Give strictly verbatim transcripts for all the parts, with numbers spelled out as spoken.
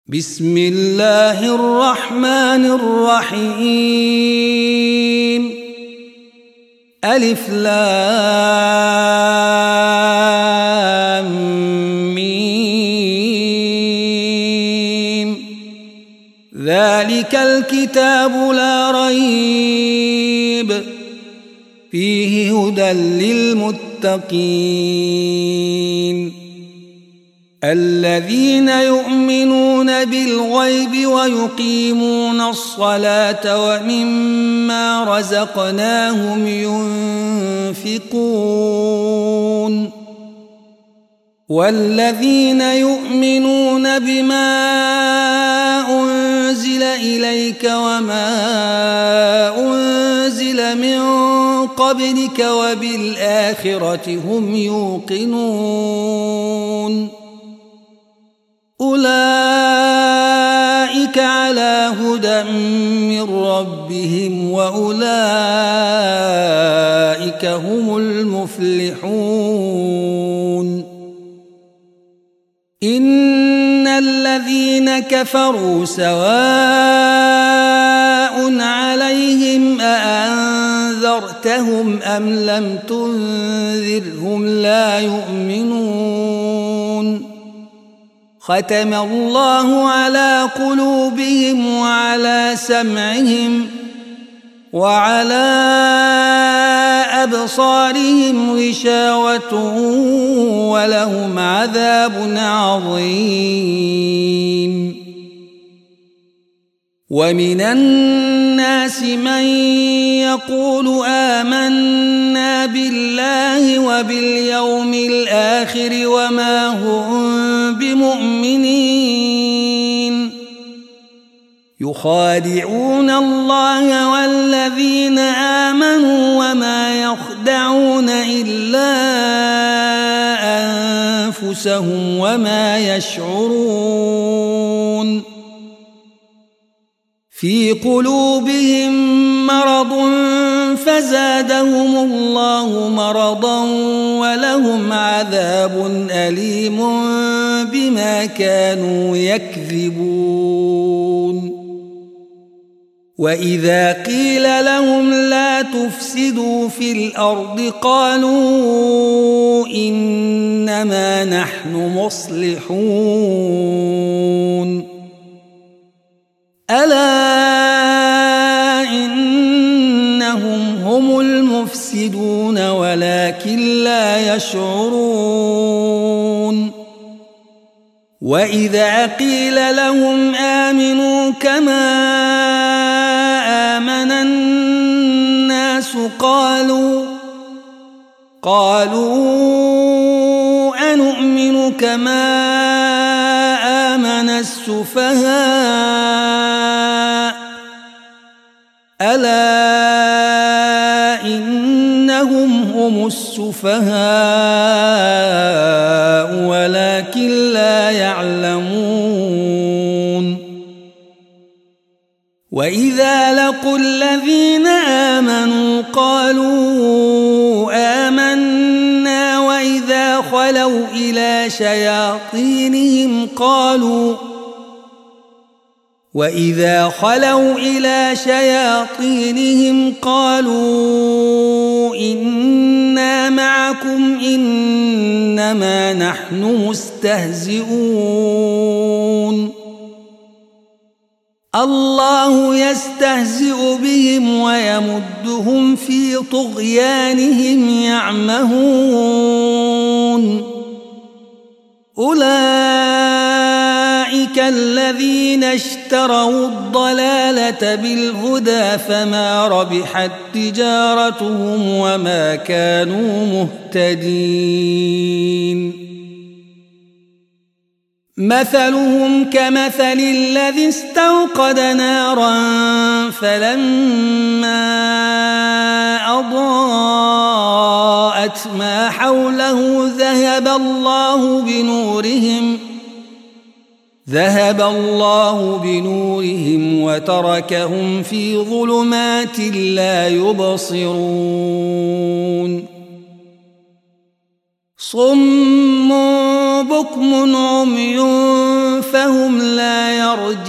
بسم الله الرحمن الرحيم ألف لام ميم ذلك الكتاب لا ريب فيه هدى للمتقين الذين يؤمنون بالغيب ويقيمون الصلاة ومما رزقناهم ينفقون والذين يؤمنون بما أنزل إليك وما أنزل من قبلك وبالآخرة هم يوقنون أولئك على هدى من ربهم وأولئك هم المفلحون إن الذين كفروا سواء عليهم أأنذرتهم أم لم تنذرهم لا يؤمنون ختم الله على قلوبهم وعلى سمعهم وعلى أبصارهم غشاوة ولهم عذاب عظيم ومن الناس من يقول آمنا بالله وباليوم الآخر وما هم بمؤمنين يخادعون الله والذين آمنوا وما يخدعون إلا أنفسهم وما يشعرون في قلوبهم مرض فزادهم الله مرضا ولهم عذاب أليم بما كانوا يكذبون وإذا قيل لهم لا تفسدوا في الأرض قالوا إنما نحن مصلحون ألا إنهم هم المفسدون ولكن لا يشعرون وإذا قيل لهم آمنوا كما آمن الناس قالوا قالوا أنؤمن كما آمن السفهاء ألا إنهم هم السفهاء ولكن لا يعلمون وإذا لقوا الذين آمنوا قالوا آمنا وإذا خلوا إلى شياطينهم قالوا وإذا خلوا إلى شياطينهم قالوا إنا معكم إنما نحن مستهزئون الله يستهزئ بهم ويمدهم في طغيانهم يعمهون أولئك الذين اشتروا الضلالة بالهدى فما ربحت تجارتهم وما كانوا مهتدين مثلهم كمثل الذي استوقد نارا فلما أضاءت ما حوله ذهب الله بنورهم ذهب الله بنورهم وتركهم في ظلمات لا يبصرون صم بكم عمي فهم لا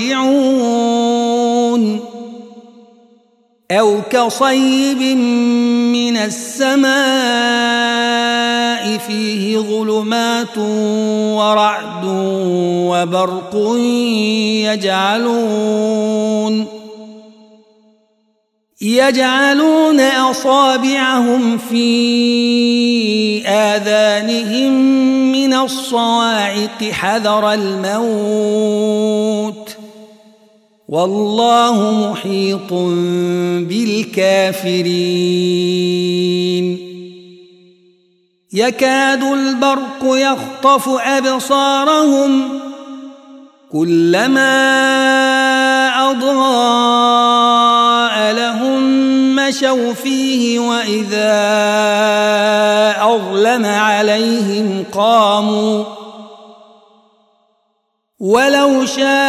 يرجعون أو كصيب من السماء فيه ظلمات ورعد وبرق يجعلون يجعلون أصابعهم في آذانهم من الصواعق حذر الموت والله محيط بالكافرين يكاد البرق يخطف أبصارهم كلما أضاء لهم مشوا فيه وإذا أظلم عليهم قاموا ولو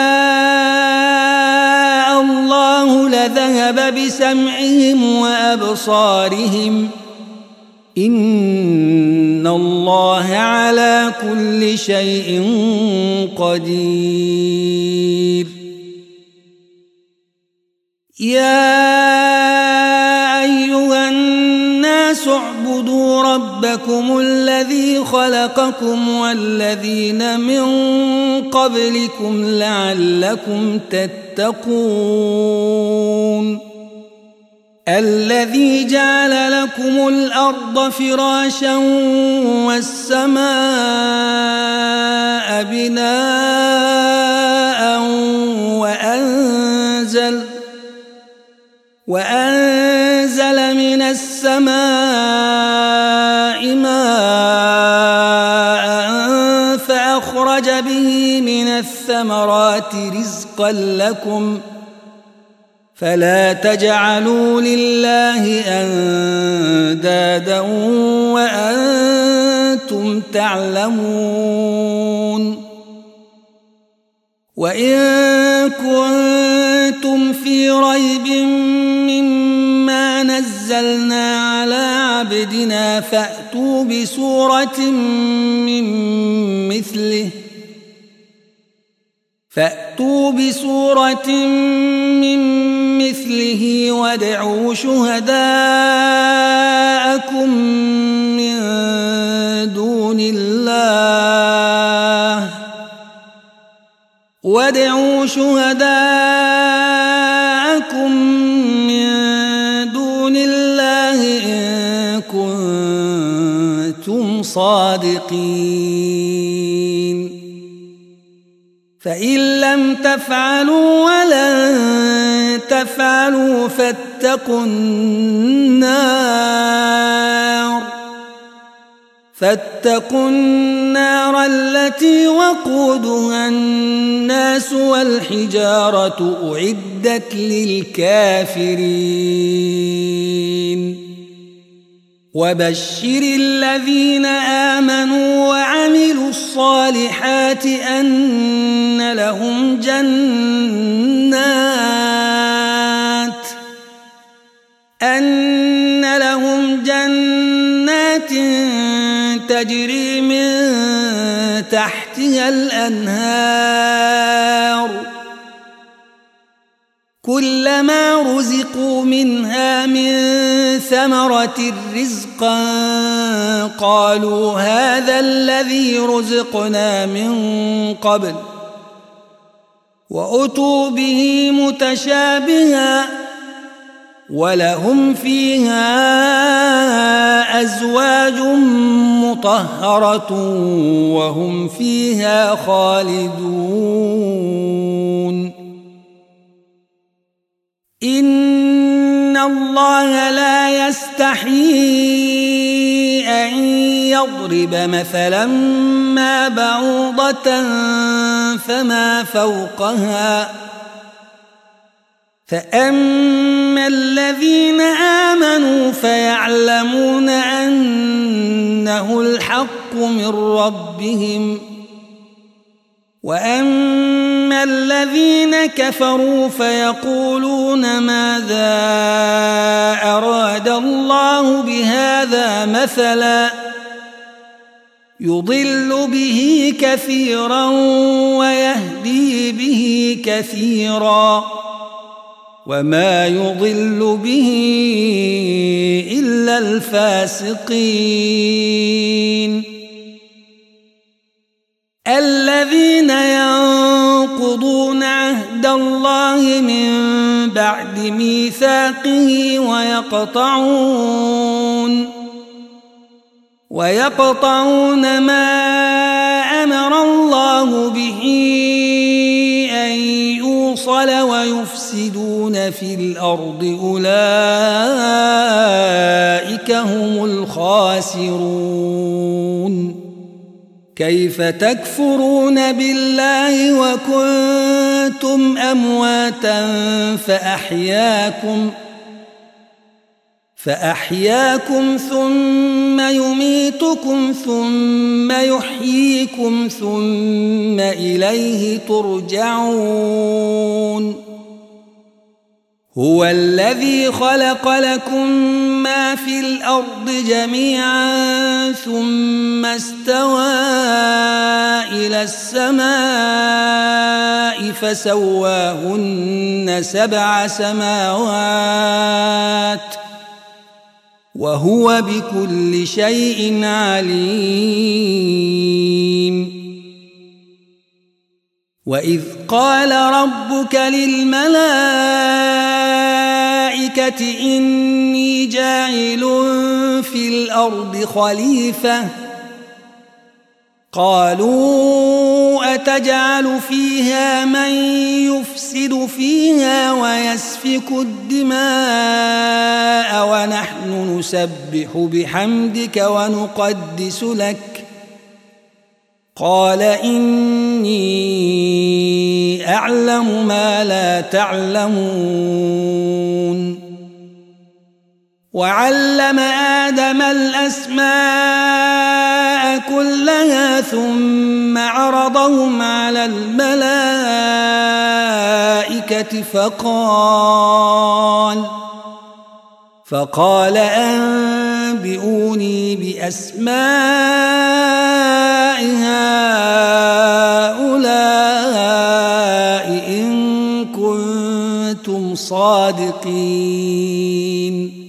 شاء الله لذهب بسمعهم وأبصارهم إن الله على كل شيء قدير يا أيها الناس اعبدوا ربكم الذي خلقكم والذين من قبلكم لعلكم تتقون الذي جعل لكم الأرض فراشا والسماء بناء وأنزل وأنزل من السماء ماء فأخرج به من الثمرات رزقا لكم فلا تجعلوا لله أندادا وأنتم تعلمون وإن كنتم في ريب مما نزلنا على عبدنا فأتوا بسورة من مثله فأتوا بسورة من مثله وادعوا شهداءكم من دون الله وادعوا شهداءكم من دون الله إن كنتم صادقين فإن لم تفعلوا ولن تفعلوا فاتقوا النار فاتقوا النار التي وقودها الناس والحجارة أعدت للكافرين وبشر الذين آمنوا وعملوا الصالحات أن لهم جنات أن لهم جنات تجري من تحتها الأنهار كلما رزقوا منها من ثمرة رزقا قالوا هذا الذي رزقنا من قبل وأتوا به متشابها ولهم فيها أزواج مطهرة وهم فيها خالدون إن الله لا يستحيي أن يضرب مثلا ما بعوضة فما فوقها فأما الذين آمنوا فيعلمون أنه الحق من ربهم وأما الذين كفروا فيقولون ماذا أراد الله بهذا مثلا يضل به كثيرا ويهدي به كثيرا وما يضل به إلا الفاسقين الذين ينقضون عهد الله من بعد ميثاقه ويقطعون ويقطعون ما أمر الله به أن يوصل ويفسدون في الأرض أولئك هم الخاسرون كيف تكفرون بالله وكنتم أمواتا فأحياكم فأحياكم ثم يميتكم ثم يحييكم ثم إليه ترجعون هو الذي خلق لكم ما في الأرض جميعا ثم استوى إلى السماء فسواهن سبع سماوات وهو بكل شيء عليم وإذ قال ربك للملائكة إني جاعل في الأرض خليفة قالوا أتجعل فيها من يفسد فيها ويسفك الدماء ونحن نسبح بحمدك ونقدس لك قال إني أعلم ما لا تعلمون وعلم آدم الأسماء كلها ثم عرضهم على الملائكة فقال فقال أنبئوني بأسماء هؤلاء إن كنتم صادقين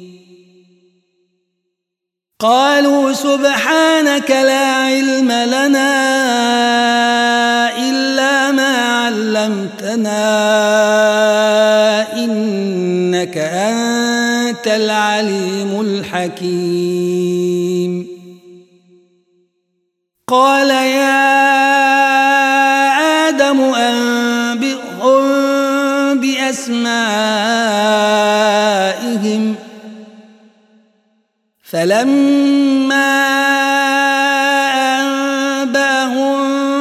قالوا سبحانك لا علم لنا إلا ما علمتنا إنك أنت العليم الحكيم قال يا آدم أنبئهم بأسمائهم فلما أنبأهم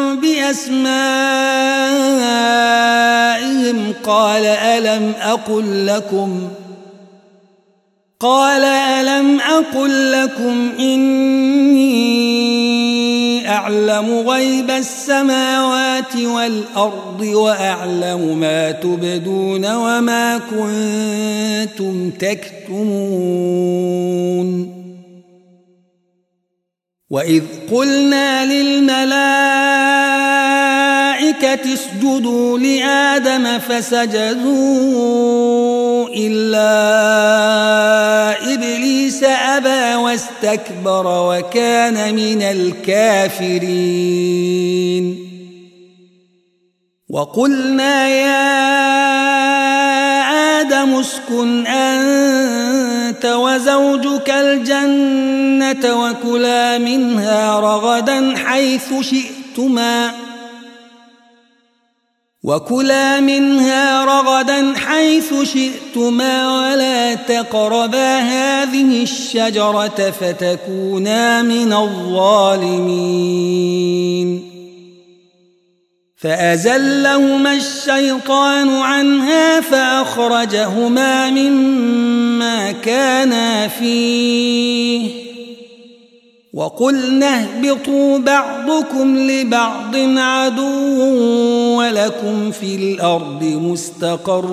بأسمائهم قال ألم أقل لكم قال ألم أقل لكم إني أعلم غيب السماوات والأرض وأعلم ما تبدون وما كنتم تكتمون وإذ قلنا للملائكة اسجدوا لآدم فسجدوا إلا إبليس أبى واستكبر وكان من الكافرين وقلنا يا آدم اسكن أنت وزوجك الجنة وكلا منها رغدا حيث شئتما وكلا منها رغدا حيث شئتما ولا تقربا هذه الشجرة فتكونا من الظالمين فأزلهما الشيطان عنها فأخرجهما مما كانا فيه وقلنا اهبطوا بعضكم لبعض عدو ولكم في الأرض مستقر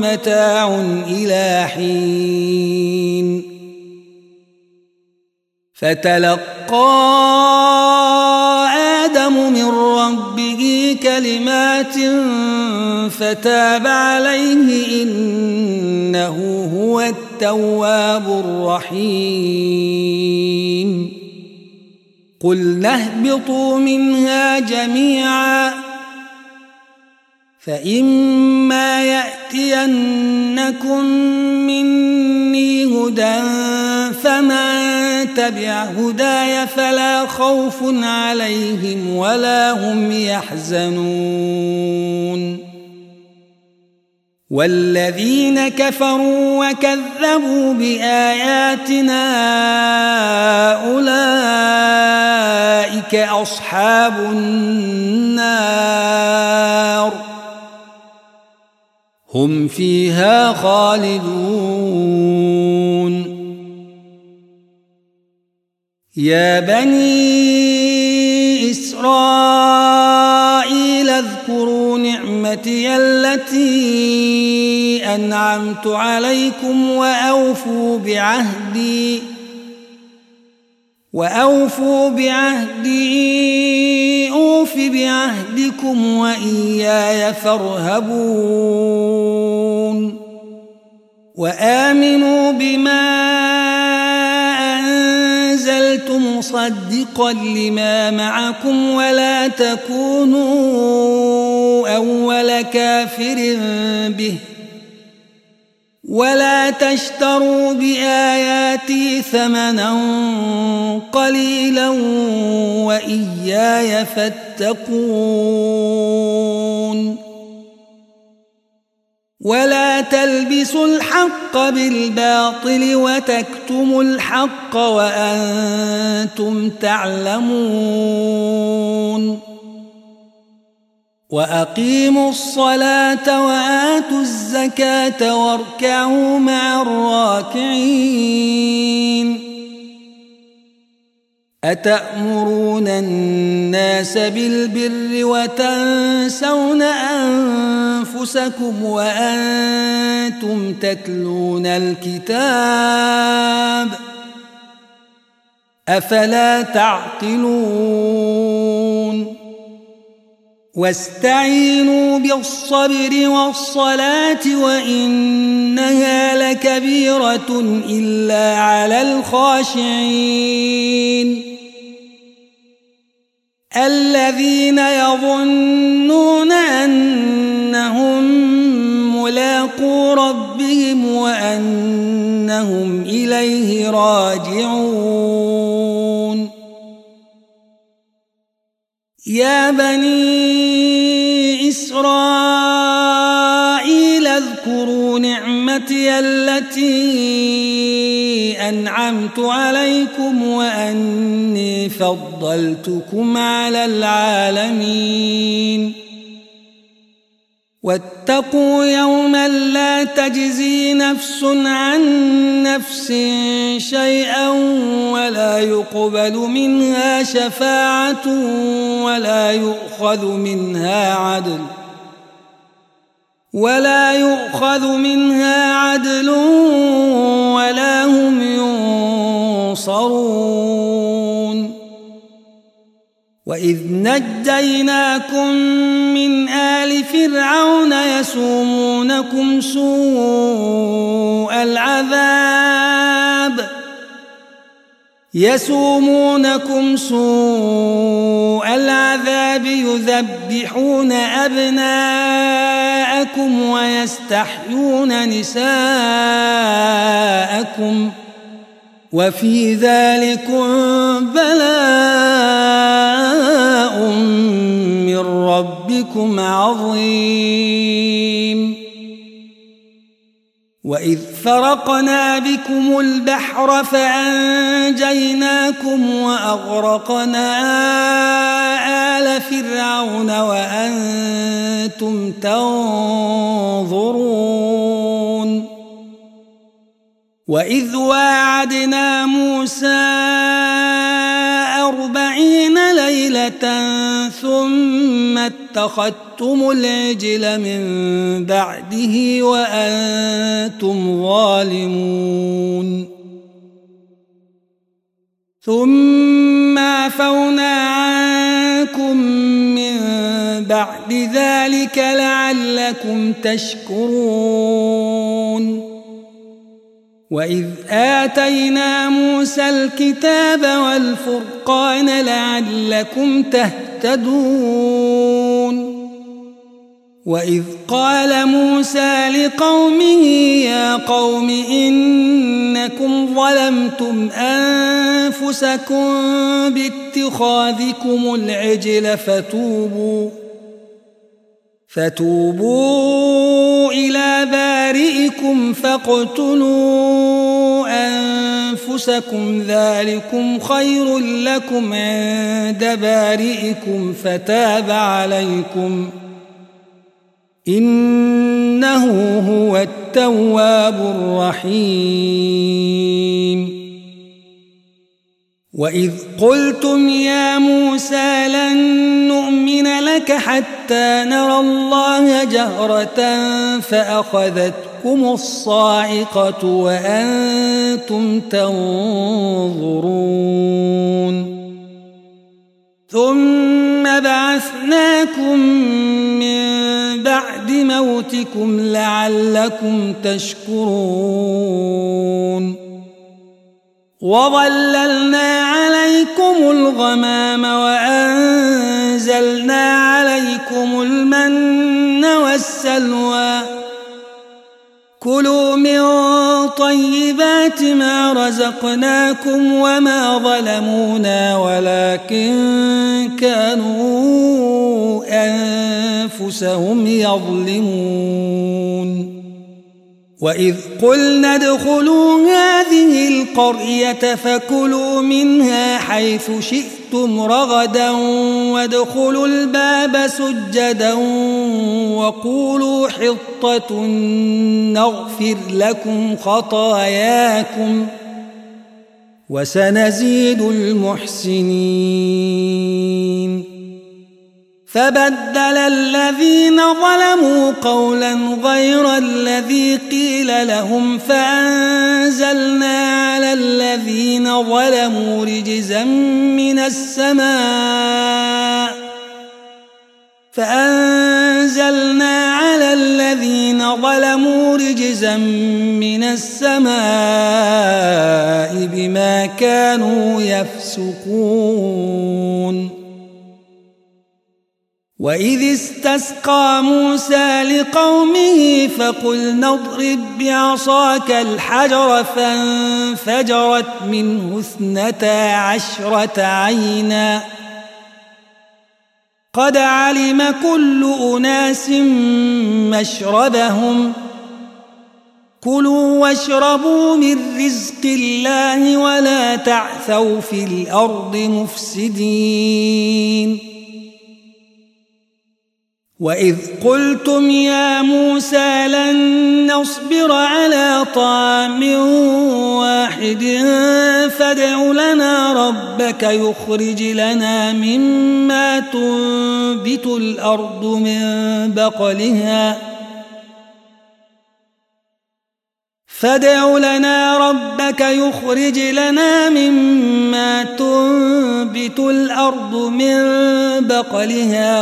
ومتاع إلى حين فتلقى آدم من ربه كلمات فتاب عليه إنه هو التواب الرحيم قلنا اهبطوا منها جميعا فإما يأتينكم مني هدى فمن تبع هداي فلا خوف عليهم ولا هم يحزنون والذين كفروا وكذبوا بآياتنا أولئك أصحاب النار هم فيها خالدون يا بني إسرائيل اذكروا نعمتي التي أنعمت عليكم وأوفوا بعهدي وأوفوا بعهدي أوف بعهدكم وإياي فارهبون وآمنوا بما أنزلت مصدقا لما معكم ولا تكونوا أول كافر به ولا تشتروا بآياتي ثمنا قليلا وإياي فاتقون ولا تلبسوا الحق بالباطل وتكتموا الحق وأنتم تعلمون وأقيموا الصلاة وآتوا الزكاة واركعوا مع الراكعين أتأمرون الناس بالبر وتنسون أنفسكم وأنتم تتلون الكتاب أفلا تعقلون واستعينوا بالصبر والصلاة وإنها لكبيرة إلا على الخاشعين الذين يظنون أنهم ملاقو ربهم وأنهم إليه راجعون يا بني إسرائيل اذكروا نعمتي التي أنعمت عليكم وأني فضلتكم على العالمين واتقوا يوما لا تجزي نفس عن نفس شيئا ولا يقبل منها شفاعة ولا يؤخذ منها عدل ولا يؤخذ منها عدل ولا هم ينصرون وإذ نجيناكم من آل فرعون يسومونكم سوء العذاب يسومونكم سوء العذاب يذبحون أبناءكم ويستحيون نساءكم وفي ذلكم بلاء من ربكم عظيم وإذ فرقنا بكم البحر فأنجيناكم وأغرقنا آل فرعون وأنتم تنظرون وإذ واعدنا موسى أربعين ليلة ثم اتخذتم العجل من بعده وأنتم ظالمون ثم عفونا عنكم من بعد ذلك لعلكم تشكرون وإذ آتينا موسى الكتاب والفرقان لعلكم تهتدون وإذ قال موسى لقومه يا قوم إنكم ظلمتم أنفسكم باتخاذكم العجل فتوبوا فتوبوا إلى بارئكم فاقتلوا أنفسكم ذلكم خير لكم عند بارئكم فتاب عليكم إنه هو التواب الرحيم وإذ قلتم يا موسى لن نؤمن لك حتى نرى الله جهرة فأخذتكم الصاعقة وأنتم تنظرون ثم بعثناكم من بعد موتكم لعلكم تشكرون وظللنا عليكم الغمام وأنزلنا عليكم المن والسلوى كلوا من طيبات ما رزقناكم وما ظلمونا ولكن كانوا أنفسهم يظلمون وإذ قلنا ادخلوا هذه القرية فكلوا منها حيث شئتم رغدا وادخلوا الباب سجدا وقولوا حطة نغفر لكم خطاياكم وسنزيد المحسنين فبدل الذين ظلموا قولا غير الذي قيل لهم فأنزلنا على الذين ظلموا رجزا من السماء فأنزلنا على الذين ظلموا رجزا من السماء بما كانوا يفسقون وإذ استسقى موسى لقومه فقلنا اضرب بعصاك الحجر فانفجرت منه اثنتا عشرة عينا قد علم كل أناس مشربهم كلوا واشربوا من رزق الله ولا تعثوا في الأرض مفسدين وإذ قلتم يا موسى لن نصبر على طعام واحد فادع لنا ربك يخرج لنا مما تنبت الأرض من بقلها فادع لنا ربك يخرج لنا مما تنبت الأرض من بقلها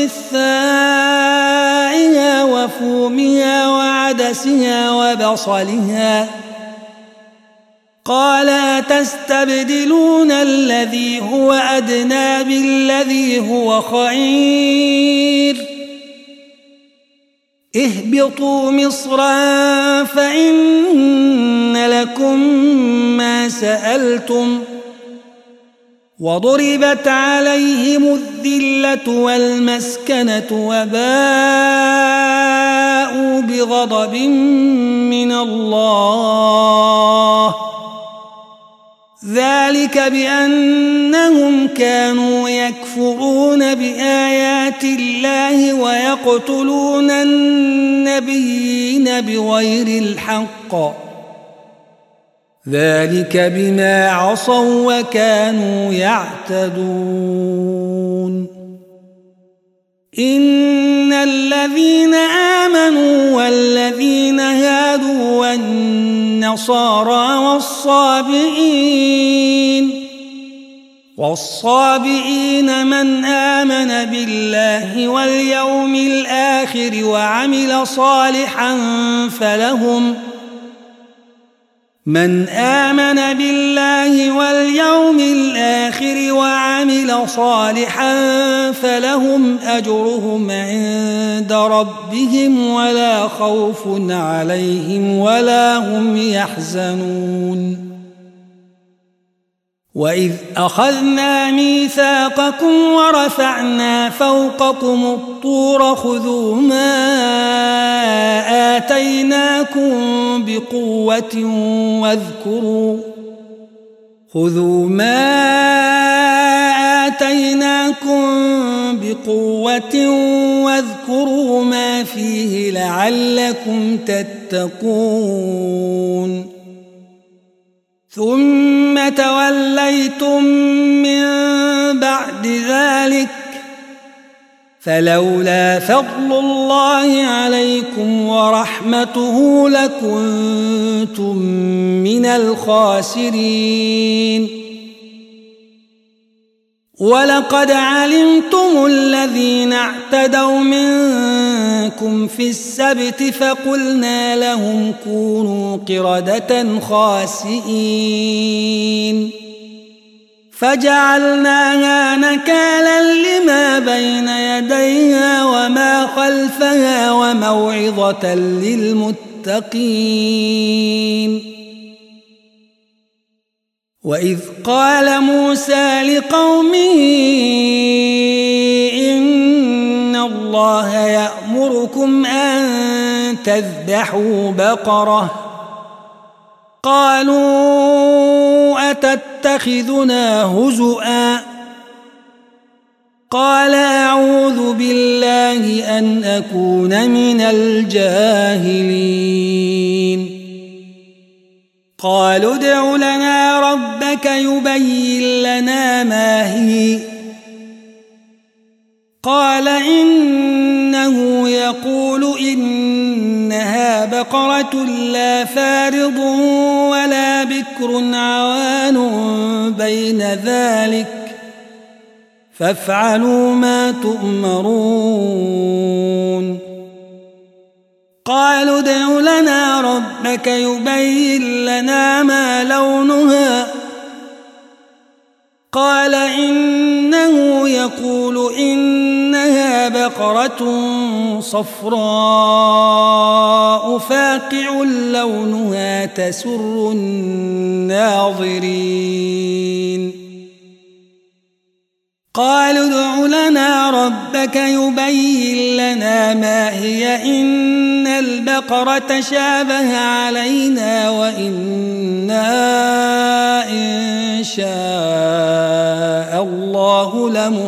وقثائها وفومها وعدسها وبصلها قال أتستبدلون الذي هو أدنى بالذي هو خير اهبطوا مصرا فإن لكم ما سألتم وضربت عليهم الذلة والمسكنة وباءوا بغضب من الله ذلك بأنهم كانوا يكفرون بآيات الله ويقتلون النبيين بغير الحق ذلك بما عصوا وكانوا يعتدون إن الذين آمنوا والذين هادوا والنصارى والصابئين والصابئين من آمن بالله واليوم الآخر وعمل صالحا فلهم من آمن بالله واليوم الآخر وعمل صالحا فلهم أجرهم عند ربهم ولا خوف عليهم ولا هم يحزنون وإذ أخذنا ميثاقكم ورفعنا فوقكم الطور خذوا ما آتيناكم بقوة واذكروا خذوا ما آتيناكم بقوة واذكروا ما فيه لعلكم تتقون ثم توليتم من بعد ذلك فلولا فضل الله عليكم ورحمته لكنتم من الخاسرين ولقد علمتم الذين اعتدوا منكم في السبت فقلنا لهم كونوا قردة خاسئين فجعلناها نكالا لما بين يديها وما خلفها وموعظة للمتقين وإذ قال موسى لقومه إن الله يأمركم أن تذبحوا بقرة قالوا أتتخذنا هزؤا قال أعوذ بالله أن أكون من الجاهلين قالوا ادع لنا ربك يبين لنا ما هي قال إنه يقول إنها بقرة لا فارض ولا بكر عوان بين ذلك فافعلوا ما تؤمرون قالوا ادع لنا ربك يبين لنا ما لونها قال إنه يقول إنها بقرة صفراء فاقع لونها تسر الناظرين قالوا ادع لنا ربك يبين لنا ما هي إن البقرة شابه علينا وإنا إن شاء الله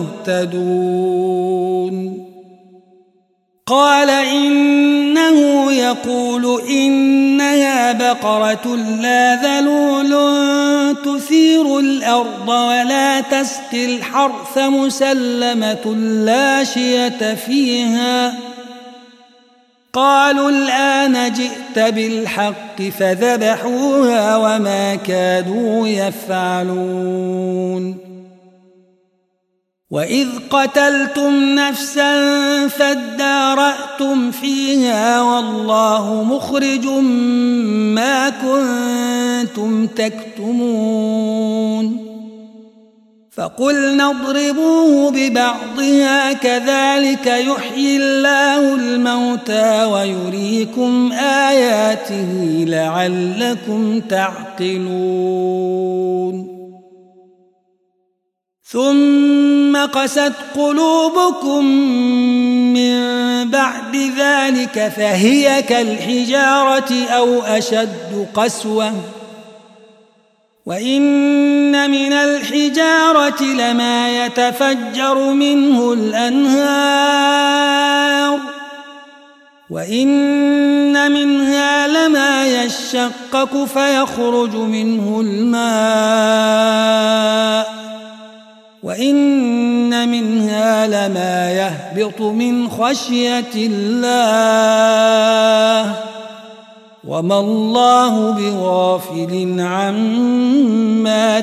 لمهتدون قال إنه يقول إنها بقرة لا ذلول تثير الأرض ولا تسقي الحرث مسلمة لا شية فيها قالوا الآن جئت بالحق فذبحوها وما كادوا يفعلون وإذ قتلتم نفسا فادارأتم فيها والله مخرج ما كنتم تكتمون فقلنا اضربوه ببعضها كذلك يحيي الله الموتى ويريكم آياته لعلكم تعقلون ثم قست قلوبكم من بعد ذلك فهي كالحجارة أو أشد قسوة وإن من الحجارة لما يتفجر منه الأنهار وإن منها لما يشقق فيخرج منه الماء وإن منها لما يهبط من خشية الله وما الله بغافل عما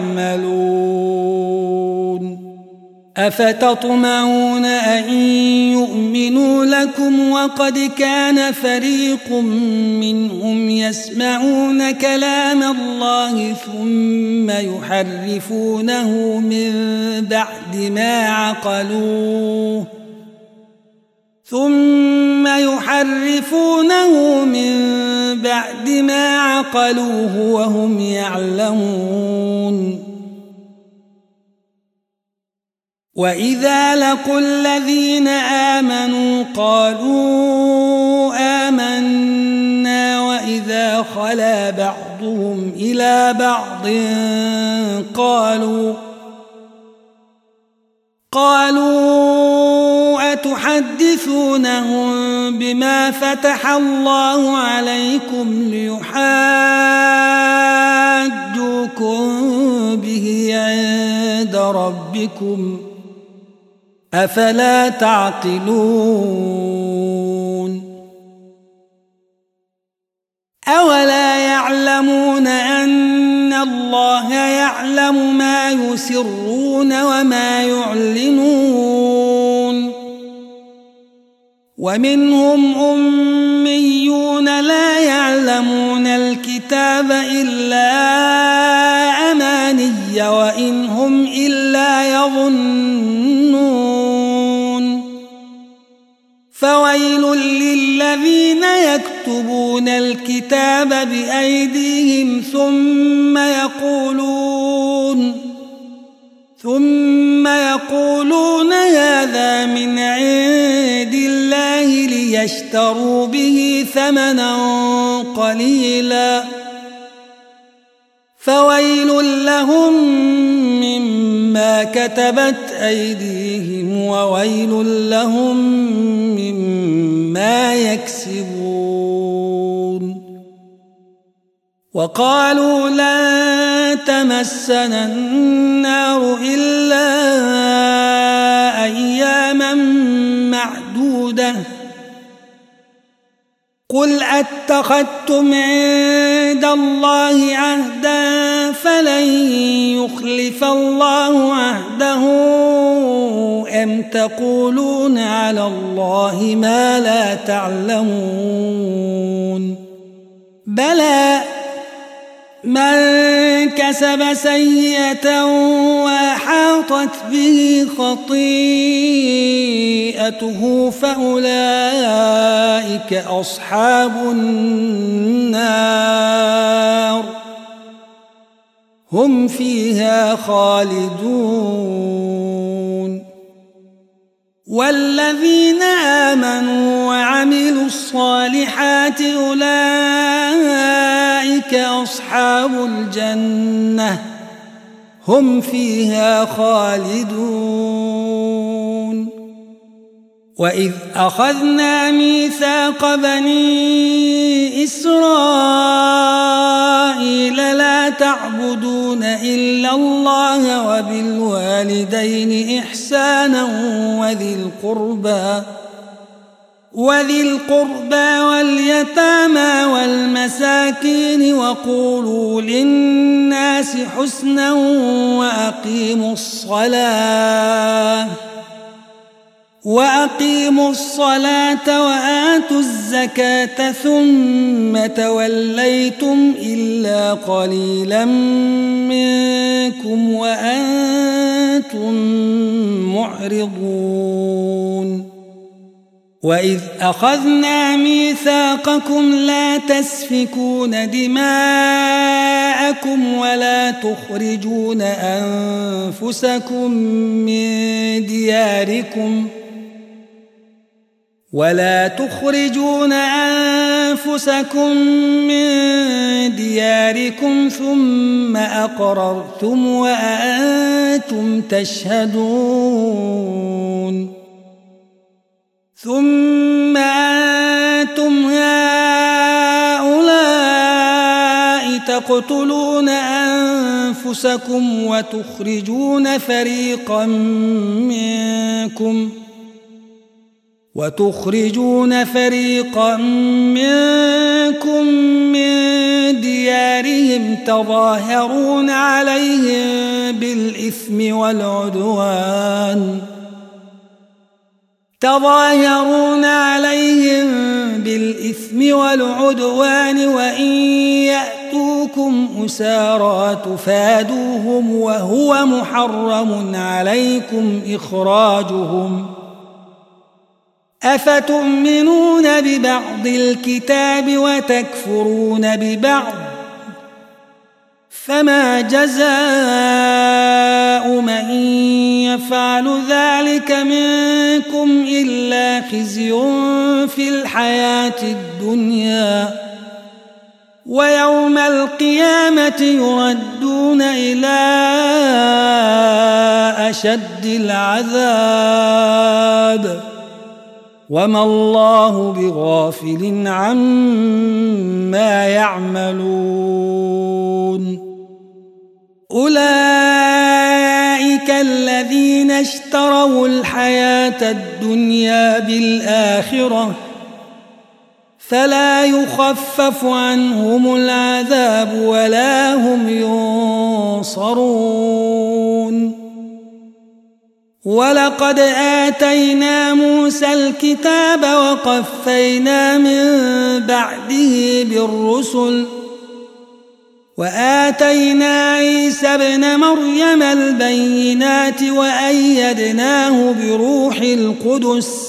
تعملون أفتطمعون أن يؤمنوا لكم وقد كان فريق منهم يسمعون كلام الله ثم يحرفونه من بعد ما عقلوه ثم يحرفونه من بعد ما عقلوه وهم يعلمون وإذا لقوا الذين آمنوا قالوا آمنا وإذا خلا بعضهم إلى بعض قالوا قالوا أتحدثونهم بما فتح الله عليكم ليحاجوكم به عند ربكم أفلا تعقلون أولا يعلمون أن الله يعلم ما يسرون وما يعلنون ومنهم أميون لا يعلمون الكتاب إلا أماني وإن هم إلا يظنون فويل للذين يكتبون الكتاب بأيديهم ثم يقولون ثم يقولون هذا من عند الله ليشتروا به ثمنا قليلا فويل لهم مما كتبت أيديهم وويل لهم مما يكسبون وقالوا لن تمسنا النار إلا أياما معدودة قل أتخذتم عند الله عهدا فلن يخلف الله عهده أم تقولون على الله ما لا تعلمون بلى من كسب سيئة وأحاطت به خطيئته فأولئك أصحاب النار هم فيها خالدون والذين آمنوا وعملوا الصالحات أولئك أصحاب الجنة هم فيها خالدون وإذ أخذنا ميثاق بني إسرائيل لا تعبدون إلا الله وبالوالدين إحسانا وذي القربى وذي القربى واليتامى والمساكين وقولوا للناس حسنا وأقيموا الصلاة وأقيموا الصلاة وآتوا الزكاة ثم توليتم إلا قليلا منكم وأنتم معرضون وإذ أخذنا ميثاقكم لا تسفكون دماءكم ولا تخرجون أنفسكم من دياركم ولا تخرجون أنفسكم من دياركم ثم أقررتم وأنتم تشهدون ثم أنتم هؤلاء تقتلون أنفسكم وتخرجون فريقا منكم وتخرجون فريقا منكم من ديارهم تظاهرون عليهم بالإثم والعدوان تظاهرون عليهم بالإثم والعدوان وإن يأتوكم أسارى تفادوهم وهو محرم عليكم إخراجهم أفتؤمنون ببعض الكتاب وتكفرون ببعض فما جزاء من يفعل ذلك منكم إلا خزي في الحياة الدنيا ويوم القيامة يردون إلى أشد العذاب وما الله بغافل عما يعملون أولئك الذين اشتروا الحياة الدنيا بالآخرة فلا يخفف عنهم العذاب ولا هم ينصرون ولقد آتينا موسى الكتاب وقفينا من بعده بالرسل وآتينا عيسى ابن مريم البينات وأيدناه بروح القدس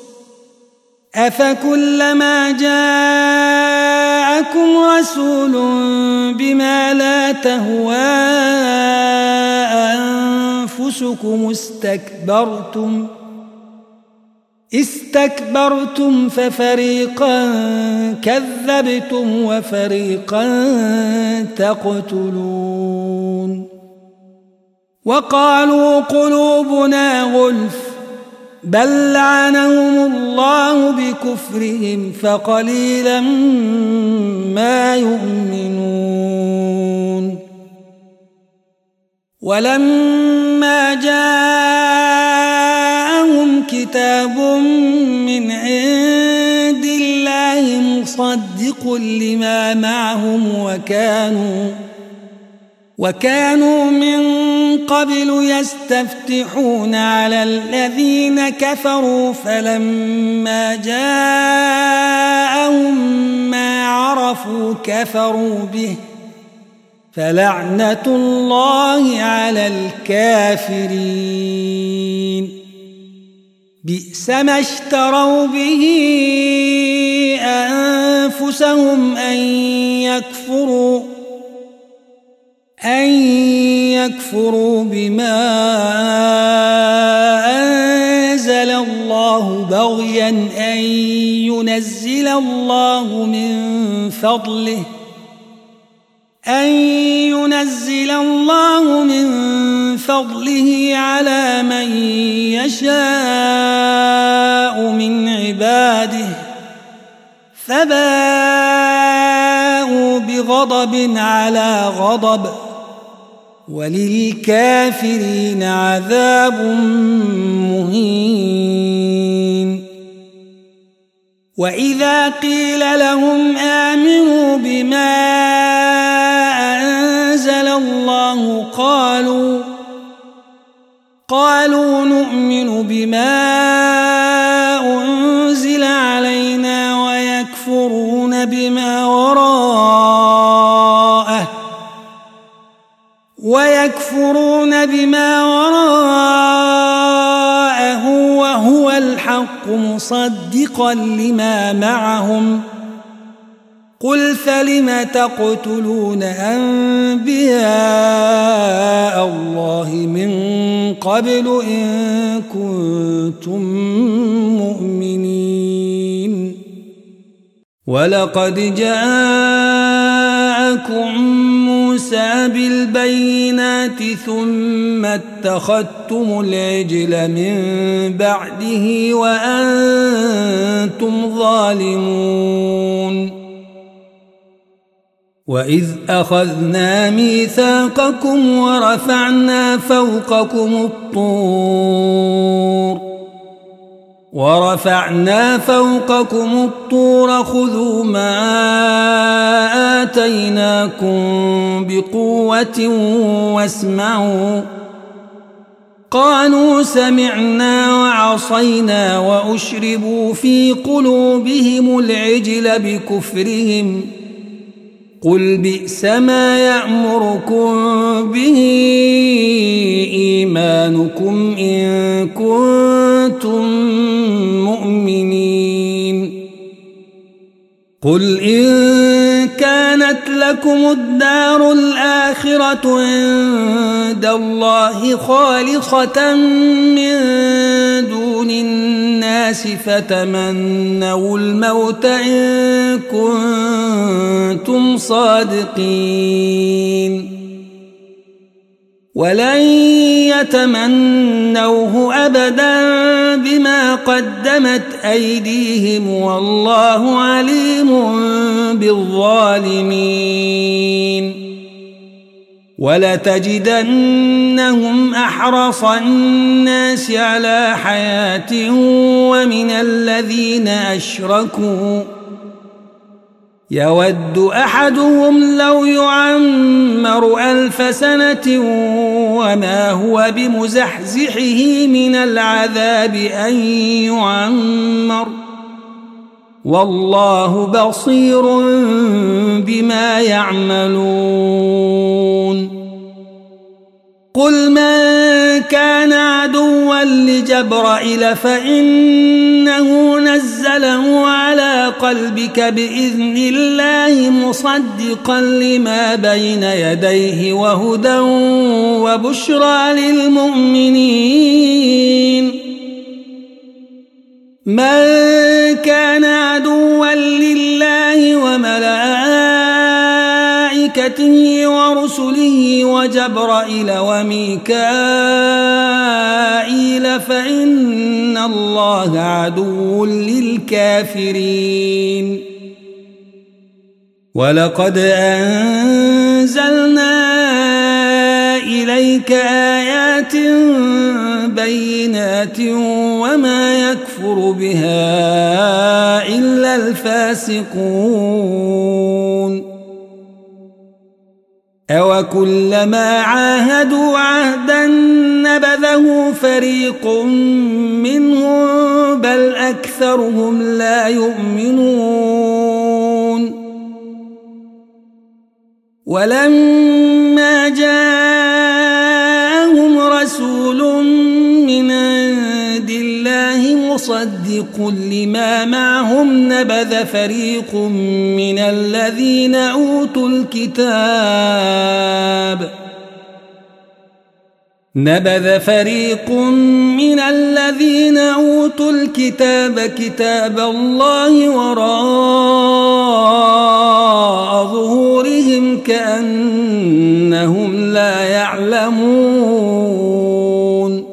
أفكلما جاءكم رسول بما لا تهوى أنفسكم استكبرتم استكبرتم ففريقا كذبتم وفريقا تقتلون وقالوا قلوبنا غلف بل لعنهم الله بكفرهم فقليلا ما يؤمنون ولما جاءهم كتاب من عند الله مصدق لما معهم وكانوا وكانوا من قبل يستفتحون على الذين كفروا فلما جاءهم ما عرفوا كفروا به فلعنة الله على الكافرين بئس ما اشتروا به أنفسهم أن يكفروا أن يكفروا بما أنزل الله بغيا أن ينزل الله من فضله أن ينزل الله من فضله على من يشاء من عباده فباءوا بغضب على غضب وللكافرين عذاب مهين وإذا قيل لهم آمنوا بما أنزل الله قالوا قالوا نؤمن بما أنزل علينا ويكفرون بما وراءه ويكفرون بما وراءه وهو الحق مصدقا لما معهم قل فلم تقتلون أنبياء الله من قبل إن كنتم مؤمنين ولقد جاءكم موسى بالبينات ثم اتخذتم العجل من بعده وأنتم ظالمون وإذ أخذنا ميثاقكم ورفعنا فوقكم الطور ورفعنا فوقكم الطور خذوا ما آتيناكم بقوة واسمعوا قالوا سمعنا وعصينا وأشربوا في قلوبهم العجل بكفرهم قل بئس ما يأمركم به إيمانكم إن كنتم مؤمنين قل إن كانت لكم الدار الآخرة عند الله خالصة من دون الناس فتمنوا الموت إن كنتم صادقين ولن يتمنوه أبدا بما قدمت أيديهم والله عليم بالظالمين ولتجدنهم أحرص الناس على حياة ومن الذين أشركوا يود أحدهم لو يعمر ألف سنة وما هو بمزحزحه من العذاب أن يعمر والله بصير بما يعملون قل من كان عدوا لجبرائيل فإنه نزله على قلبك بإذن الله مصدقا لما بين يديه وهدى وبشرى للمؤمنين من كان عدوا لله وملائكته ورسله وجبرائيل وميكائيل فإن الله عدو للكافرين ولقد أنزلنا إليك آيات بينات وما يكفر بها إلا الفاسقون أوكلما عاهدوا عهدا نبذه فريق منهم بل أكثرهم لا يؤمنون ولما جاءهم رسول من عند الله مصدق لما معهم نبذ فريق من الذين أوتوا الكتاب نبذ فريق من الذين أوتوا الكتاب كتاب الله وراء ظهورهم كأنهم لا يعلمون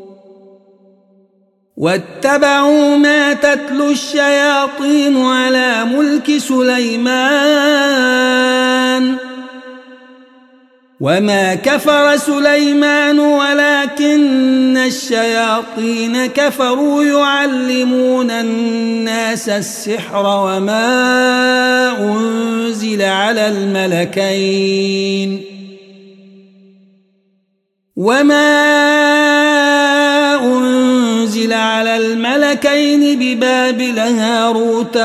واتبعوا ما تتلو الشياطين على ملك سليمان وما كفر سليمان ولكن الشياطين كفروا يعلمون الناس السحر وما أنزل على الملكين وما أنزل على الملكين ببابل هاروت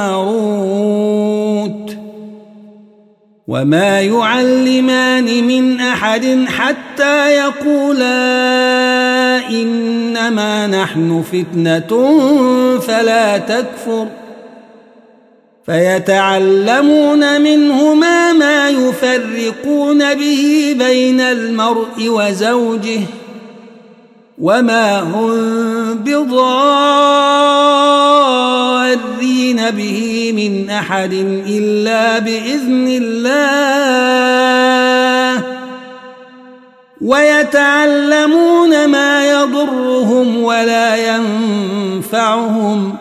وماروت وما يعلمان من أحد حتى يقولا إنما نحن فتنة فلا تكفر فيتعلمون منهما ما يفرقون به بين المرء وزوجه وما هم بضارين به من أحد إلا بإذن الله ويتعلمون ما يضرهم ولا ينفعهم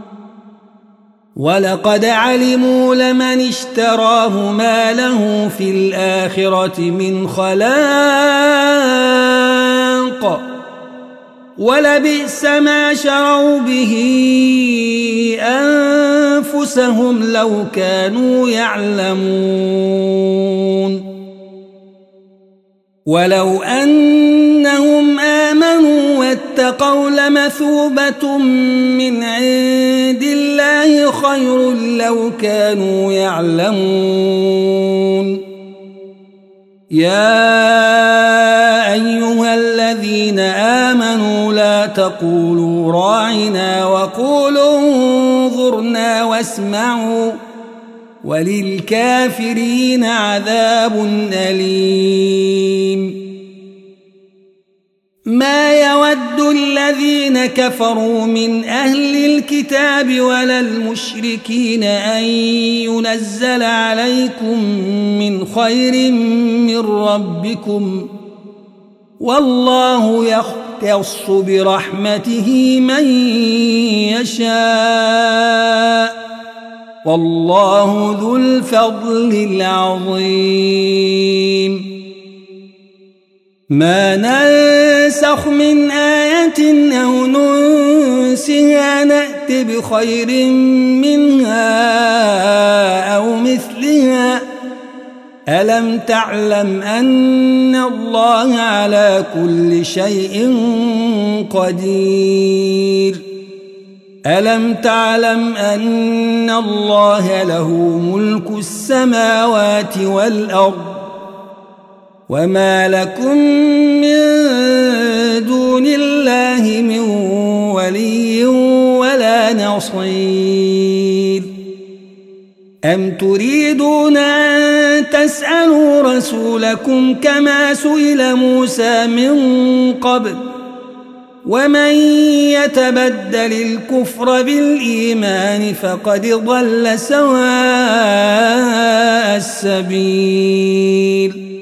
ولقد علموا لمن اشتراه ما له في الآخرة من خلاق ولبئس ما شروا به أنفسهم لو كانوا يعلمون ولو أنهم آمنوا واتقوا لمثوبة من عند الله خير لو كانوا يعلمون يا أيها الذين آمنوا لا تقولوا راعنا وقولوا انظرنا واسمعوا وللكافرين عذاب أليم ما يود الذين كفروا من أهل الكتاب ولا المشركين أن ينزل عليكم من خير من ربكم والله يختص برحمته من يشاء والله ذو الفضل العظيم ما ننسخ من آية أو ننسها نأت بخير منها أو مثلها ألم تعلم أن الله على كل شيء قدير ألم تعلم أن الله له ملك السماوات والأرض وما لكم من دون الله من ولي ولا نصير أم تريدون أن تسألوا رسولكم كما سئل موسى من قبل ومن يتبدل الكفر بالإيمان فقد ضل سواء السبيل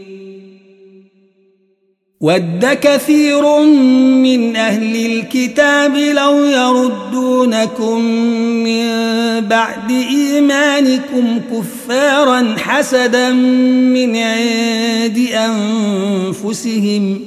ود كثير من أهل الكتاب لو يردونكم من بعد إيمانكم كفارا حسدا من عند أنفسهم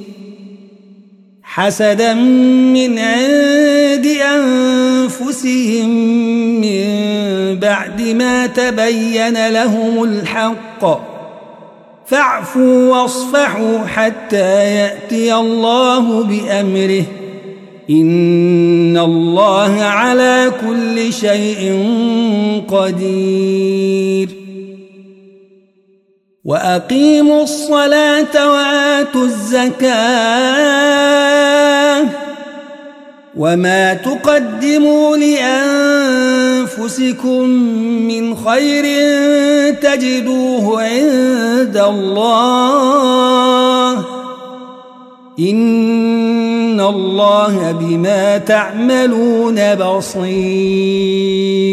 حسدا من عند أنفسهم من بعد ما تبين لهم الحق فاعفوا واصفحوا حتى يأتي الله بأمره إن الله على كل شيء قدير وأقيموا الصلاة وآتوا الزكاة وما تقدموا لأنفسكم من خير تجدوه عند الله إن الله بما تعملون بصير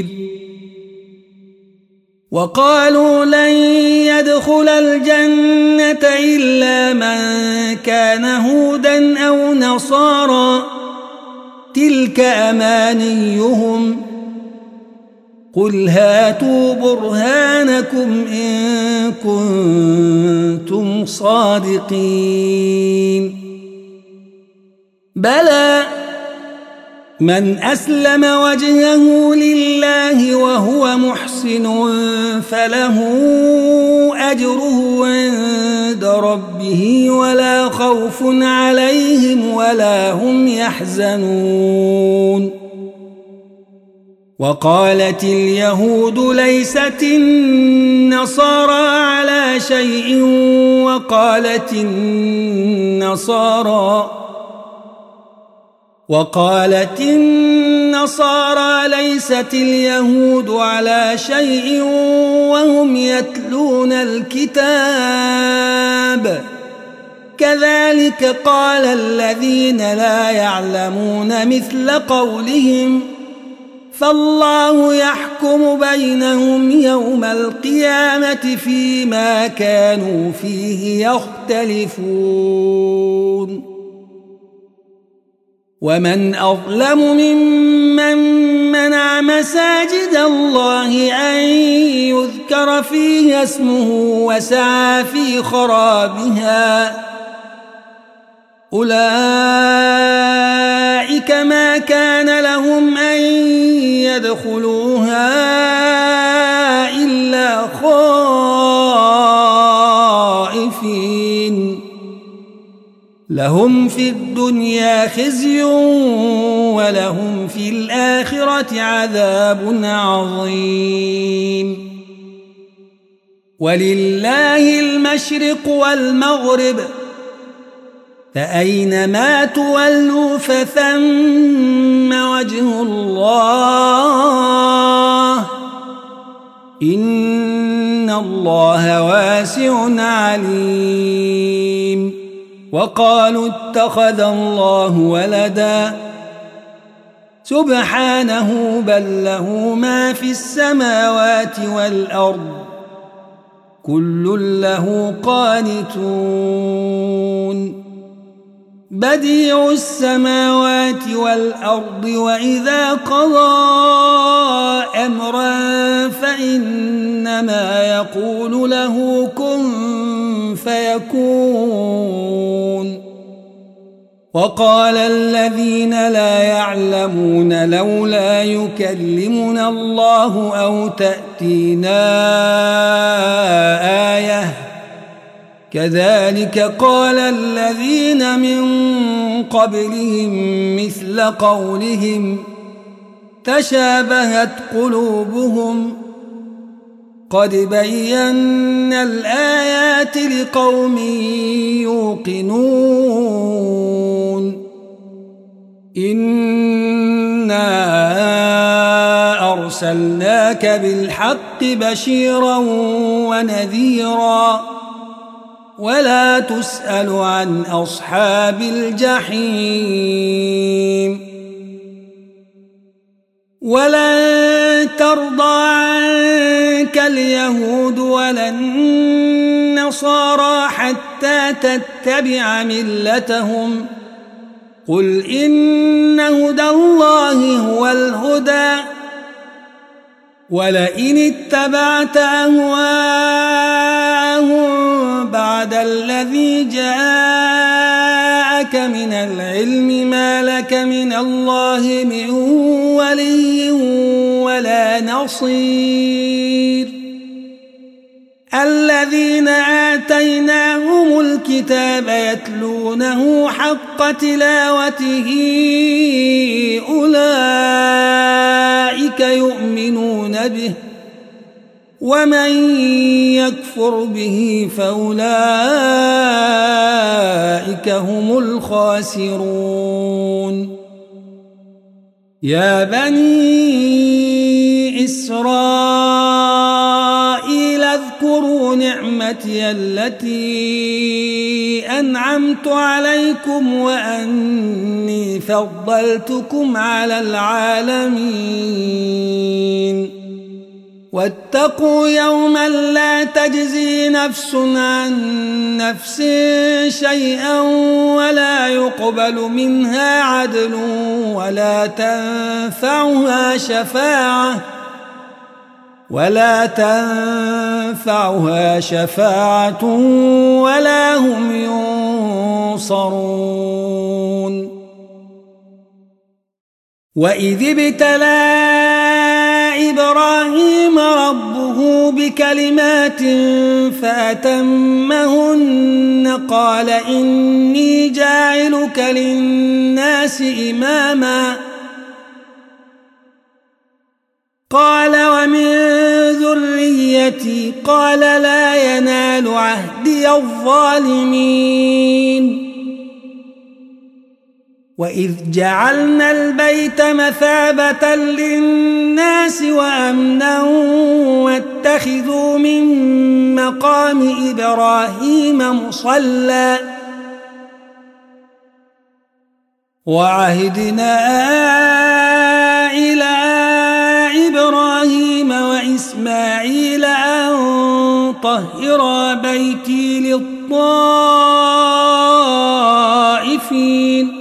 وقالوا لن يدخل الجنة إلا من كان هودا أو نصارى تلك أمانيهم قل هاتوا برهانكم إن كنتم صادقين بلى من أسلم وجهه لله وهو محسن فله أجره عند ربه ولا خوف عليهم ولا هم يحزنون وقالت اليهود ليست النصارى على شيء وقالت النصارى وقالت النصارى ليست اليهود على شيء وهم يتلون الكتاب كذلك قال الذين لا يعلمون مثل قولهم فالله يحكم بينهم يوم القيامة فيما كانوا فيه يختلفون ومن أظلم ممن منع مساجد الله أن يذكر فيها اسمه وسعى في خرابها أولئك أولئك ما كان لهم أن يدخلوها إلا خائفين لهم في الدنيا خزي ولهم في الآخرة عذاب عظيم ولله المشرق والمغرب فأينما تولوا فثم وجه الله إن الله واسع عليم وقالوا اتخذ الله ولدا سبحانه بل له ما في السماوات والأرض كل له قانتون بديع السماوات والأرض وإذا قضى أمرا فإنما يقول له كن فيكون وقال الذين لا يعلمون لولا يكلمنا الله أو تأتينا آية كذلك قال الذين من قبلهم مثل قولهم تشابهت قلوبهم قد بينا الآيات لقوم يوقنون إنا أرسلناك بالحق بشيرا ونذيرا ولا تسأل عن أصحاب الجحيم ولن ترضى عنك اليهود ولا النصارى حتى تتبع ملتهم قل إن هدى الله هو الهدى ولئن اتبعت أهواءهم بعد الذي جاءك من العلم ما لك من الله من ولي ولا نصير الذين آتيناهم الكتاب يتلونه حق تلاوته أولئك يؤمنون به ومن يكفر به فأولئك هم الخاسرون يا بني إسرائيل اذكروا نعمتي التي أنعمت عليكم وأني فضلتكم على العالمين واتقوا يوما لا تجزي نفس عن نفس شيئا ولا يقبل منها عدل ولا تنفعها شفاعة ولا تنفعها شفاعة ولا هم ينصرون وإذ ابتلى إبراهيم ربه بكلمات فأتمهن قال إني جاعلك للناس إماما قال ومن ذريتي قال لا ينال عهدي الظالمين وإذ جعلنا البيت مثابة للناس وأمنا واتخذوا من مقام إبراهيم مصلى وعهدنا إلى إبراهيم وإسماعيل أن طهرا بيتي للطائفين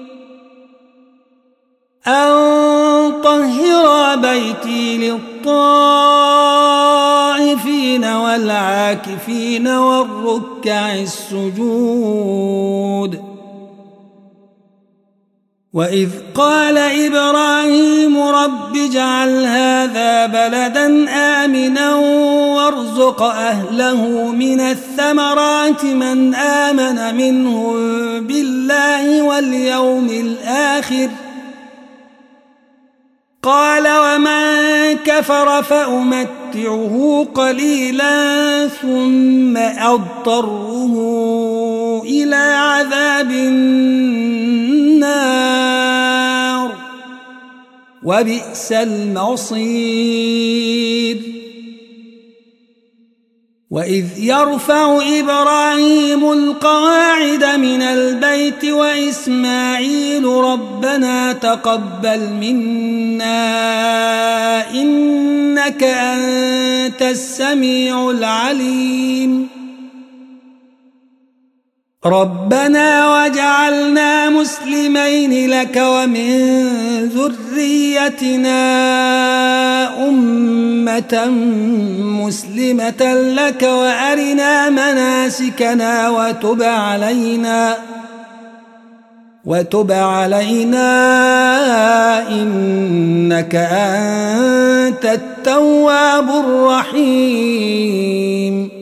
أن طهر بيتي للطائفين والعاكفين والركع السجود وإذ قال إبراهيم رب اجعل هذا بلدا آمنا وارزق أهله من الثمرات من آمن منهم بالله واليوم الآخر قال ومن كفر فأمتعه قليلا ثم أضطره إلى عذاب النار وبئس المصير وإذ يرفع إبراهيم القواعد من البيت وإسماعيل ربنا تقبل منا إنك أنت السميع العليم ربنا واجعلنا مسلمين لك ومن ذريتنا أمة مسلمة لك وأرنا مناسكنا وتب علينا وتب علينا إنك أنت التواب الرحيم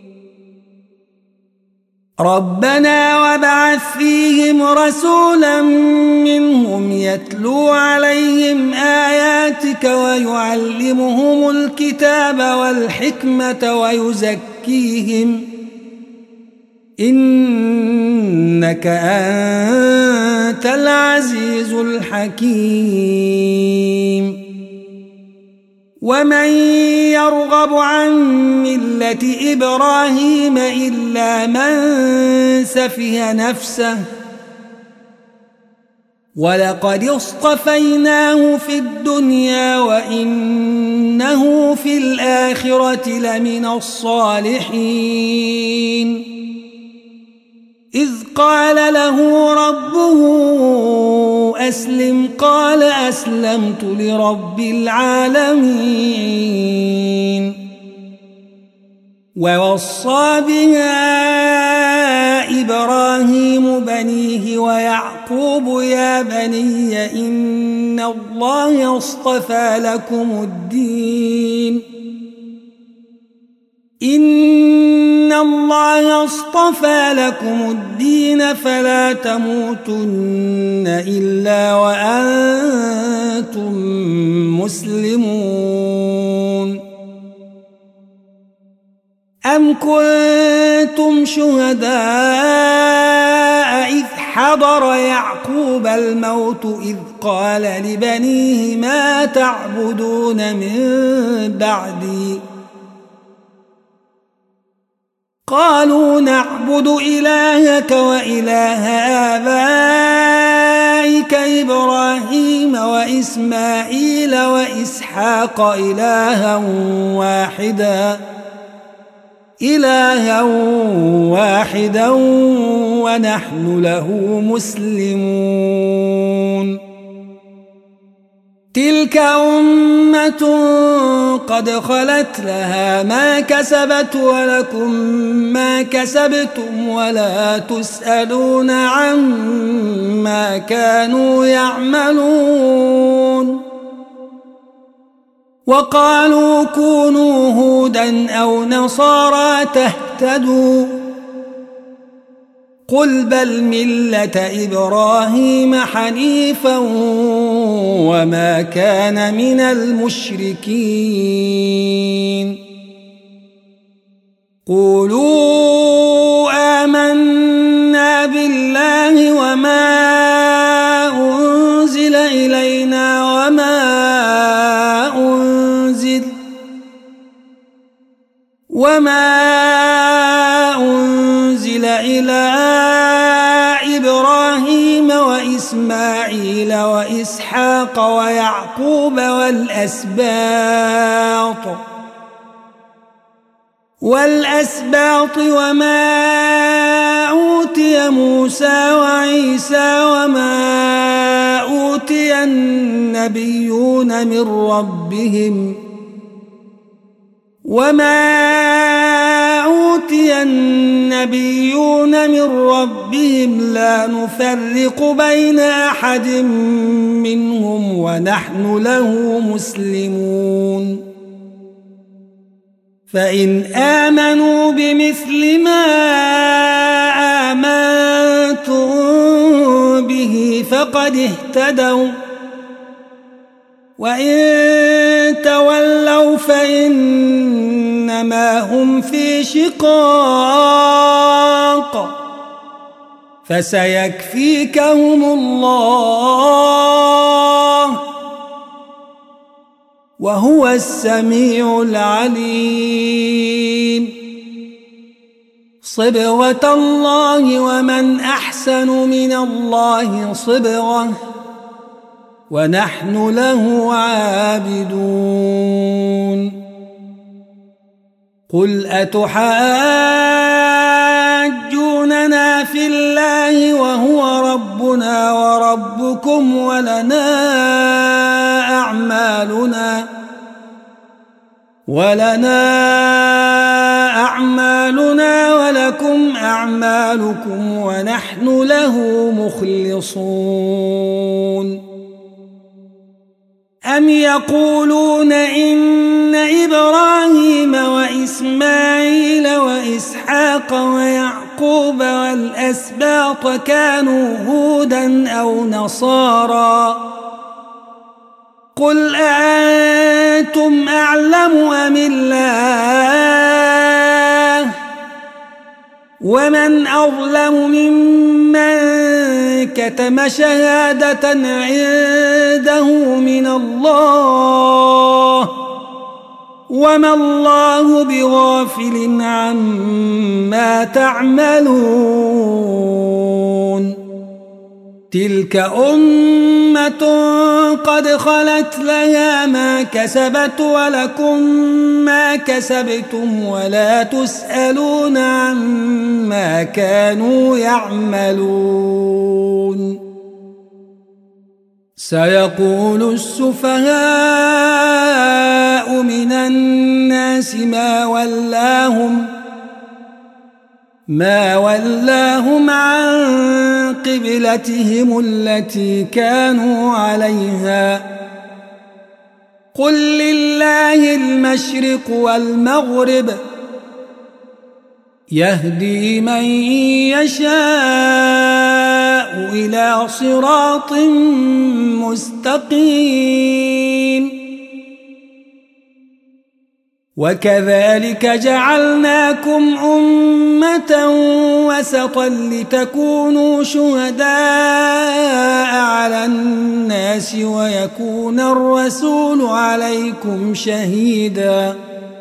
ربنا وابعث فيهم رسولا منهم يتلو عليهم آياتك ويعلمهم الكتاب والحكمة ويزكيهم إنك أنت العزيز الحكيم ومن يرغب عن ملة إبراهيم إلا من سفه نفسه ولقد اصطفيناه في الدنيا وإنه في الآخرة لمن الصالحين إذ قال له ربه أسلم قال أسلمت لرب العالمين ووصى بها إبراهيم بنيه ويعقوب يا بني إن الله اصطفى لكم الدين إن الله اصطفى لكم الدين فلا تموتن إلا وأنتم مسلمون أم كنتم شهداء إذ حضر يعقوب الموت إذ قال لبنيه ما تعبدون من بعدي قالوا نعبد إلهك وإله آبائك إبراهيم وإسماعيل وإسحاق إلها واحدا إلها واحدا ونحن له مسلمون تلك أمة قد خلت لها ما كسبت ولكم ما كسبتم ولا تسألون عما كانوا يعملون وقالوا كونوا هودا أو نصارى تهتدوا قل بل ملة إبراهيم حنيفا وما كان من المشركين قولوا آمنا بالله وما أنزل إلينا وما أنزل وما أنزل إلى إبراهيم وإسماعيل وإسحاق ويعقوب والأسباط والأسباط وما أوتي موسى وعيسى وما أوتي النبيون من ربهم وما أوتي أوتي النبيون من ربهم لا نفرق بين أحد منهم ونحن له مسلمون فإن آمنوا بمثل ما آمنتم به فقد اهتدوا وإن تولوا فإنما هم في شقاق فسيكفيكهم الله وهو السميع العليم صبغة الله ومن أحسن من الله صبغة ونحن له عابدون قل أتحاجوننا في الله وهو ربنا وربكم ولنا أعمالنا ولنا أعمالنا ولكم أعمالكم ونحن له مخلصون أم يقولون إن إبراهيم وإسماعيل وإسحاق ويعقوب والأسباط كانوا هودا أو نصارى قل أأنتم أعلم أم الله ومن أظلم ممن كتم شهادة عنده من الله وما الله بغافل عما تعملون تلك أمة قد خلت لها ما كسبت ولكم ما كسبتم ولا تسألون عما كانوا يعملون سيقول السفهاء من الناس ما ولاهم ما ولاهم عن قبلتهم التي كانوا عليها قل لله المشرق والمغرب يهدي من يشاء إلى صراط مستقيم وكذلك جعلناكم أمة وسطا لتكونوا شهداء على الناس ويكون الرسول عليكم شهيدا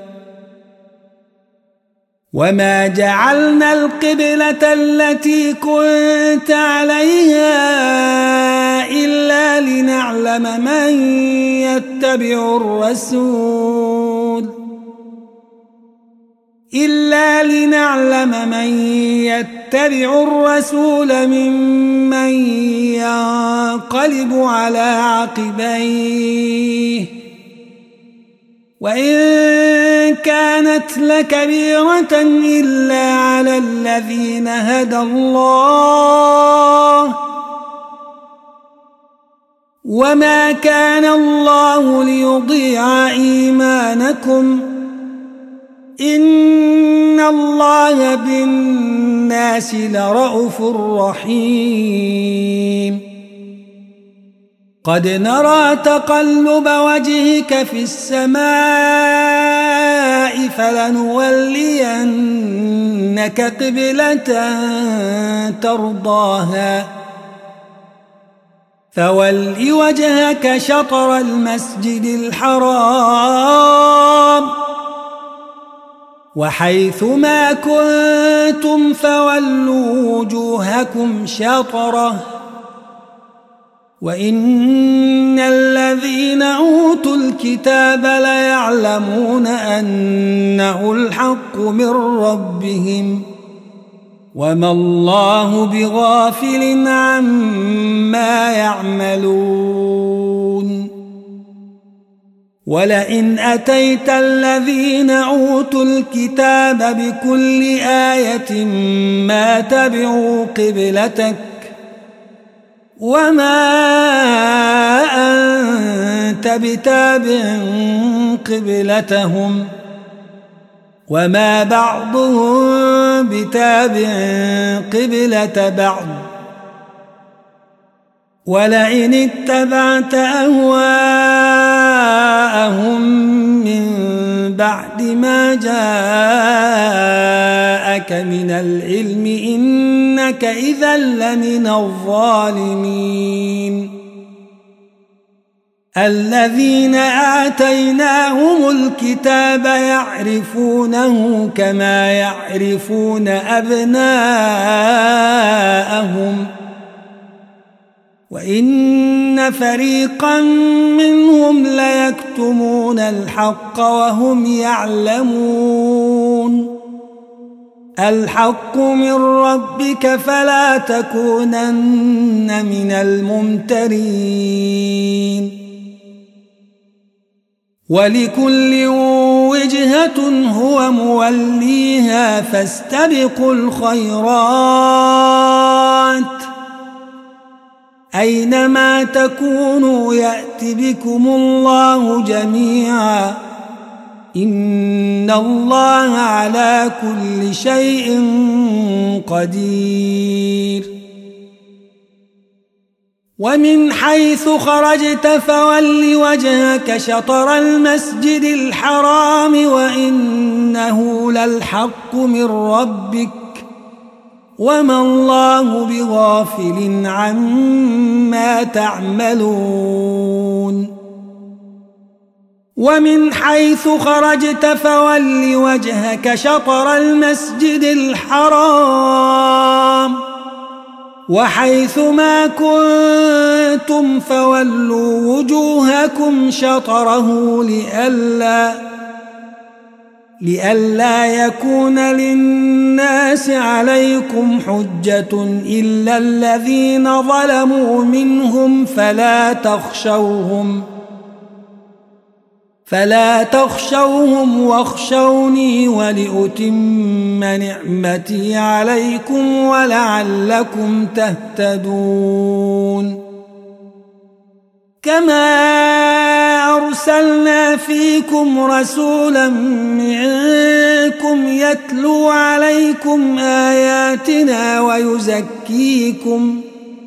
وما جعلنا القبلة التي كنت عليها إلا لنعلم من يتبع الرسول إلا لنعلم من يتبع الرسول ممن ينقلب على عقبيه وإن كانت لكبيرة إلا على الذين هدى الله وما كان الله ليضيع إيمانكم إن الله بالناس لرءوف رحيم قد نرى تقلب وجهك في السماء فلنولينك قبلة ترضاها فول وجهك شطر المسجد الحرام وحيث ما كنتم فولوا وجوهكم شطره وإن الذين أوتوا الكتاب ليعلمون أنه الحق من ربهم وما الله بغافل عما يعملون ولئن أتيت الذين أوتوا الكتاب بكل آية ما تبعوا قبلتك وما أنت بتابع قبلتهم وما بعضهم بتابع قبلة بعض ولئن اتبعت أهواءهم من بعد ما جاءك من العلم إنك إذا لمن الظالمين الذين آتيناهم الكتاب يعرفونه كما يعرفون أبناءهم وإن فريقا منهم ليكتمون الحق وهم يعلمون الحق من ربك فلا تكونن من الممترين ولكل وجهة هو موليها فاستبقوا الخيرات أينما تكونوا يأت بكم الله جميعا إن الله على كل شيء قدير ومن حيث خرجت فول وجهك شطر المسجد الحرام وإنه للحق من ربك وما الله بغافل عما تعملون ومن حيث خرجت فول وجهك شطر المسجد الحرام وحيث ما كنتم فولوا وجوهكم شطره لئلا لئلا يكون للناس عليكم حجة إلا الذين ظلموا منهم فلا تخشوهم فلا تخشوهم واخشوني ولأتم نعمتي عليكم ولعلكم تهتدون كما أرسلنا فيكم رسولا منكم يتلو عليكم آياتنا ويزكيكم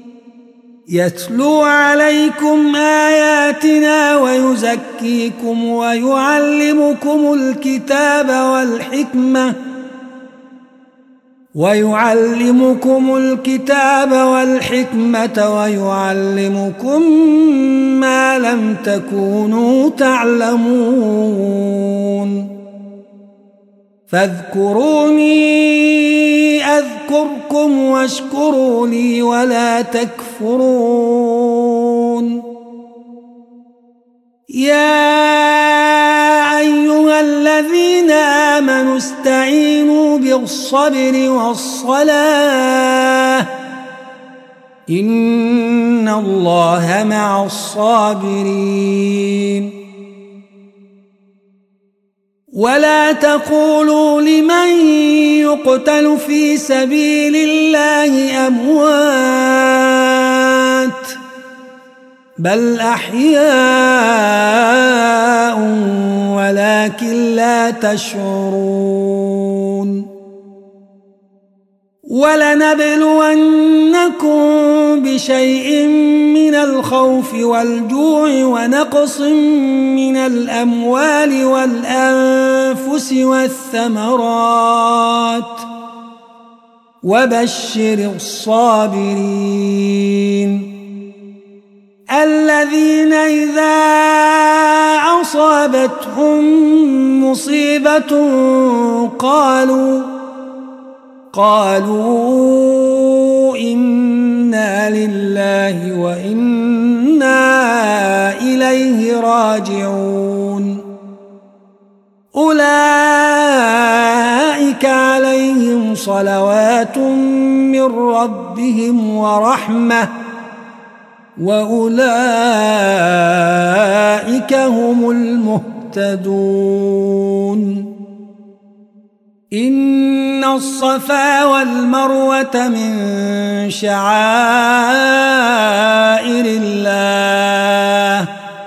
يتلو عليكم آياتنا ويزكيكم ويعلمكم الكتاب والحكمة ويعلمكم الكتاب والحكمة ويعلمكم ما لم تكونوا تعلمون فاذكروني أذكركم واشكروا لي ولا تكفرون يا أيها الذين آمنوا استعينوا بالصبر والصلاة إن الله مع الصابرين ولا تقولوا لمن يقتل في سبيل الله أموات بل أحياء ولكن لا تشعرون ولنبلونكم بشيء من الخوف والجوع ونقص من الأموال والأنفس والثمرات وبشر الصابرين الذين إذا أصابتهم مصيبة قالوا قالوا إنا لله وإنا إليه راجعون أولئك عليهم صلوات من ربهم ورحمة وأولئك هم المهتدون. إن الصفا والمروة من شعائر الله،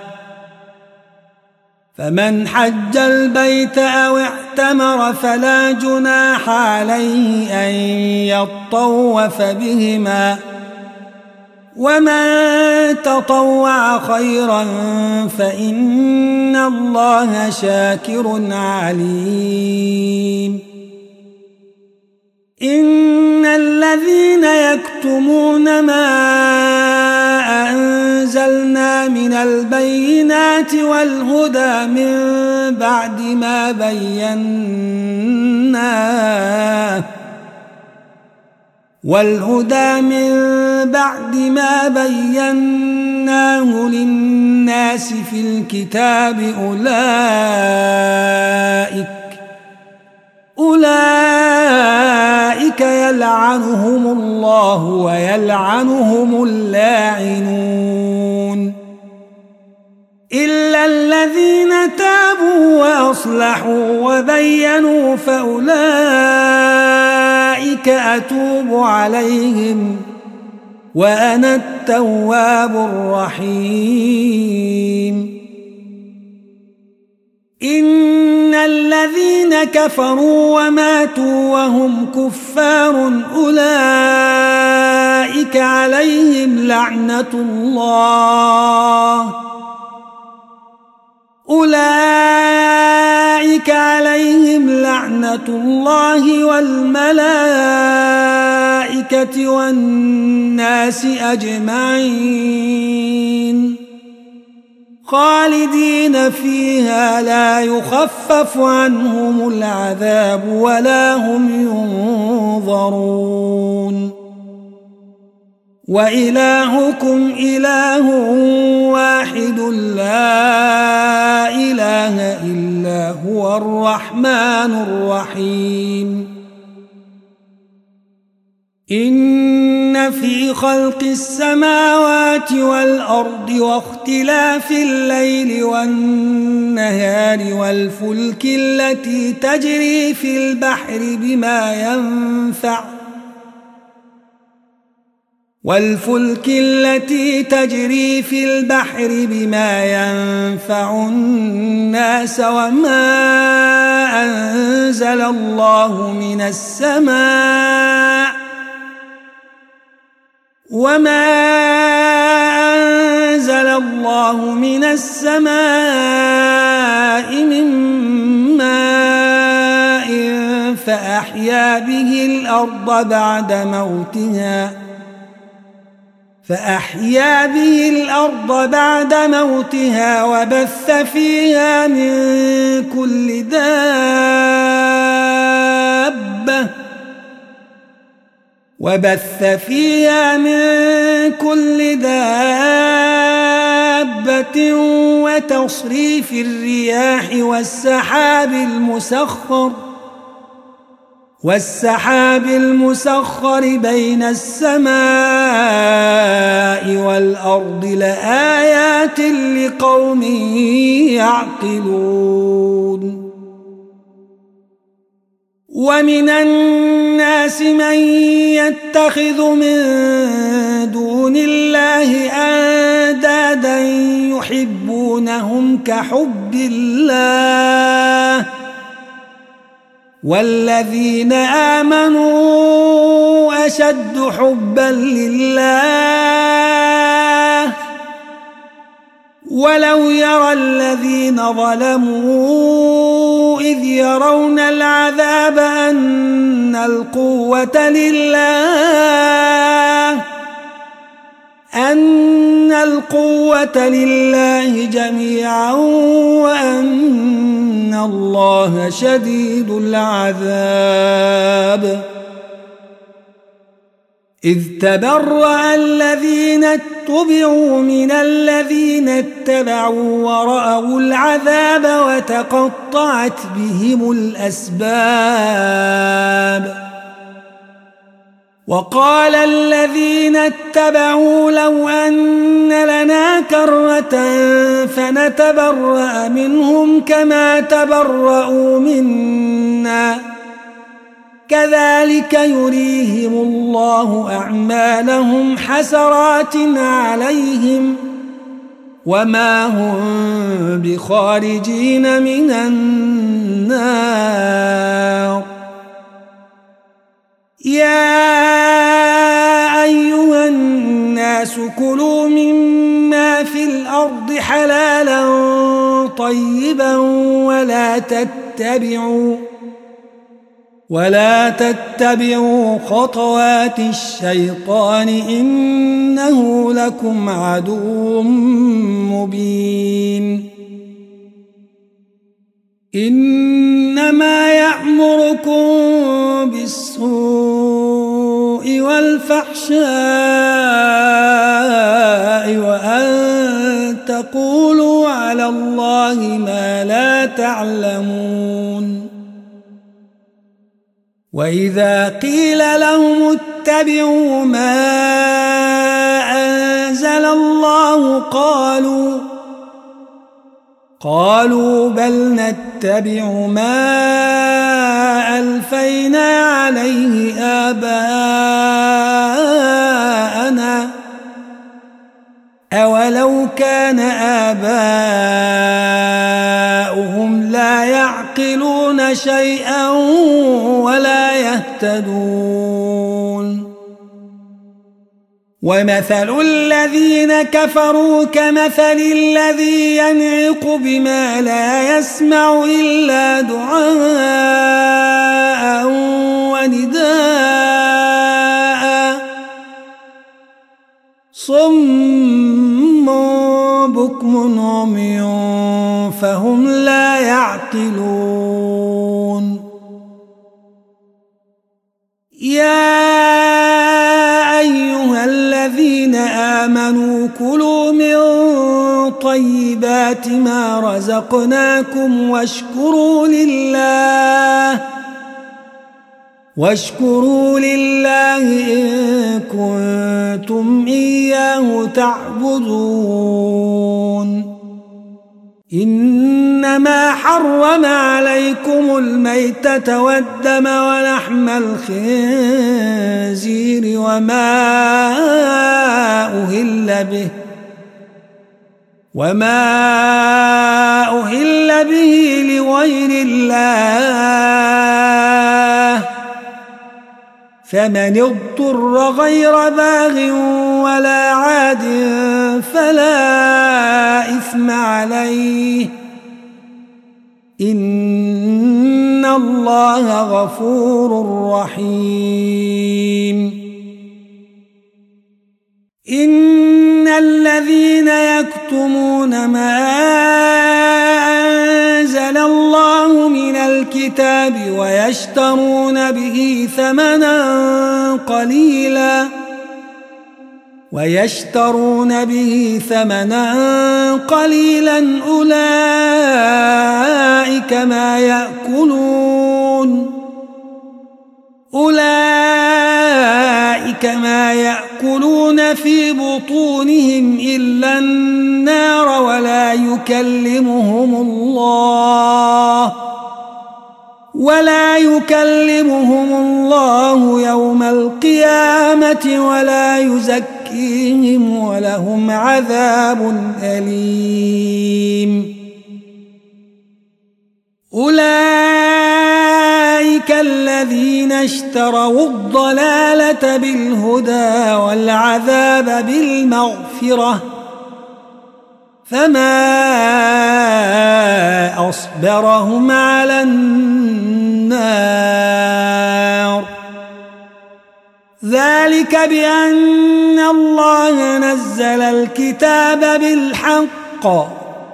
فمن حج البيت أو اعتمر فلا جناح عليه أن يطوف بهما، ومن تطوع خيرا فإن الله شاكر عليم. إن الذين يكتمون ما أنزلنا من البينات والهدى من بعد ما بيناه والهدى من بعد ما بيناه للناس في الكتاب أولئك أولئك يلعنهم الله ويلعنهم اللاعنون، إلا الذين تابوا وأصلحوا وبينوا فأولئك أتوب عليهم وأنا التواب الرحيم. إن الذين كفروا وماتوا وهم كفار أولئك عليهم لعنة الله أولئك عليهم لعنة الله والملائكة والناس أجمعين خالدين فيها لا يخفف عنهم العذاب ولا هم ينظرون. وإلهكم إله واحد لا إله إلا هو الرحمن الرحيم. إن في خلق السماوات والأرض واختلاف الليل والنهار والفلك التي تجري في البحر بما ينفع والفلك التي تجري في البحر بما ينفع الناس وما أنزل الله من السماء وما أنزل الله من السماء من ماء فأحيا به الأرض بعد موتها فأحيا به الأرض بعد موتها وبث فيها من كل دابة وبث فيها من كل دابة وتصريف الرياح والسحاب المسخر والسحاب المسخر بين السماء والأرض لآيات لقوم يعقلون. ومن الناس من يتخذ من دون الله أندادا يحبونهم كحب الله والذين آمنوا أشد حبا لله ولو يرى الذين ظلموا إذ يرون العذاب أن القوة لله أن القوة لله جميعا وأن الله شديد العذاب. إذ تبرأ الذين اتبعوا من الذين اتبعوا ورأوا العذاب وتقطعت بهم الأسباب. وقال الذين اتبعوا لو أن لنا كرة فنتبرأ منهم كما تبرأوا منا كذلك يريهم الله أعمالهم حسرات عليهم وما هم بخارجين من النار. يا أيها الناس كلوا مما في الأرض حلالا طيبا ولا تتبعوا ولا تتبعوا خطوات الشيطان إنه لكم عدو مبين. إنما يأمركم بالسوء والفحشاء وأن تقولوا على الله ما لا تعلمون. وإذا قيل لهم اتبعوا ما أنزل الله قالوا قالوا بل نتبع ما ألفينا عليه آباءنا أولو كان آباؤهم لا يعقلون شيئا ولا يهتدون. ومثل الذين كفروا كمثل الذي ينعق بما لا يسمع إلا دعاء ونداء صم بكم عمي فهم لا يعقلون. يا أيها الذين آمنوا كلوا من طيبات ما رزقناكم واشكروا لله واشكروا لله إن كنتم إياه تعبدون. إنما حرم عليكم الميتة والدم ولحم الخنزير وما أهل به وما أهل به لغير الله فمن اضطر غير باغ ولا عاد فلا إثم عليه إن الله غفور رحيم. إن الذين يكتمون ما أنزل الله من الكتاب ويشترون به ثمنا قليلا ويشترون به ثمنا قليلا أولئك ما يأكلون أولئك ما يأكلون في بطونهم إلا النار ولا يكلمهم الله ولا يكلمهم الله يوم القيامة ولا يزكيهم ولهم عذاب أليم. أولئك الذين اشتروا الضلالة بالهدى والعذاب بالمغفرة فما أصبرهم على النار. ذلك بأن الله نزل الكتاب بالحق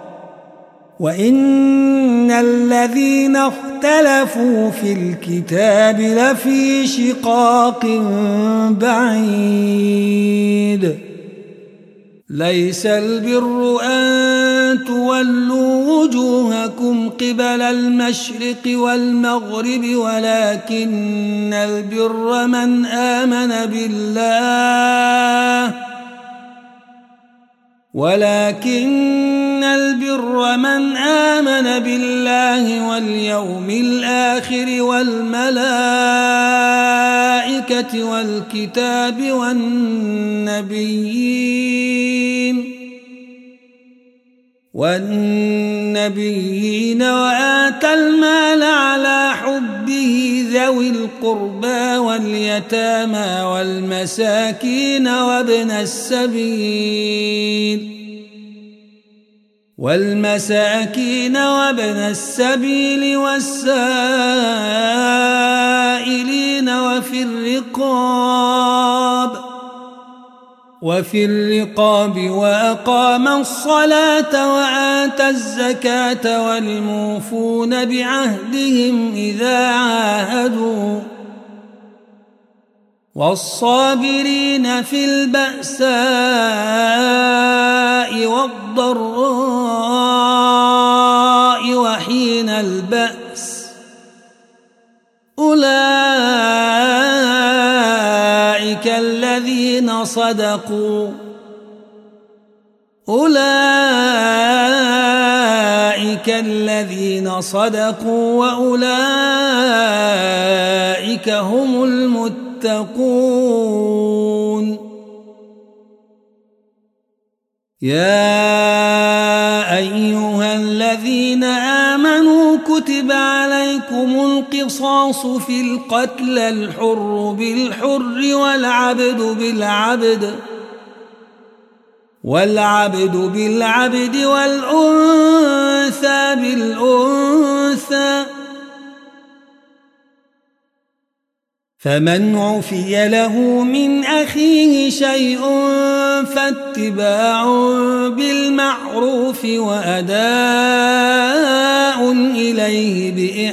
وإن الذين اختلفوا في الكتاب لفي شقاق بعيد. ليس البر أن تولوا وجوهكم قبل المشرق والمغرب ولكن البر من آمن بالله ولكن البر من آمن بالله واليوم الآخر والملائكة والكتاب والنبيين والنبيين وآتى المال على حبه ذوي القربى واليتامى والمساكين وابن السبيل والمساكين وابن السبيل والسائلين وفي الرقاب وفي الرقاب وأقام الصلاة وآتى الزكاة والموفون بعهدهم إذا عاهدوا والصابرين في البأساء والضراء وحين البأس أولئك الذين صدقوا أولئك الذين صدقوا وأولئك هم المتقون يا أيها الذين آمنوا كتب عليكم القصاص في القتل الحر بالحر والعبد بالعبد والعبد بالعبد والأنثى بالأنثى فمن عفي له من أخيه شيء فاتباع بالمعروف وأداء إليه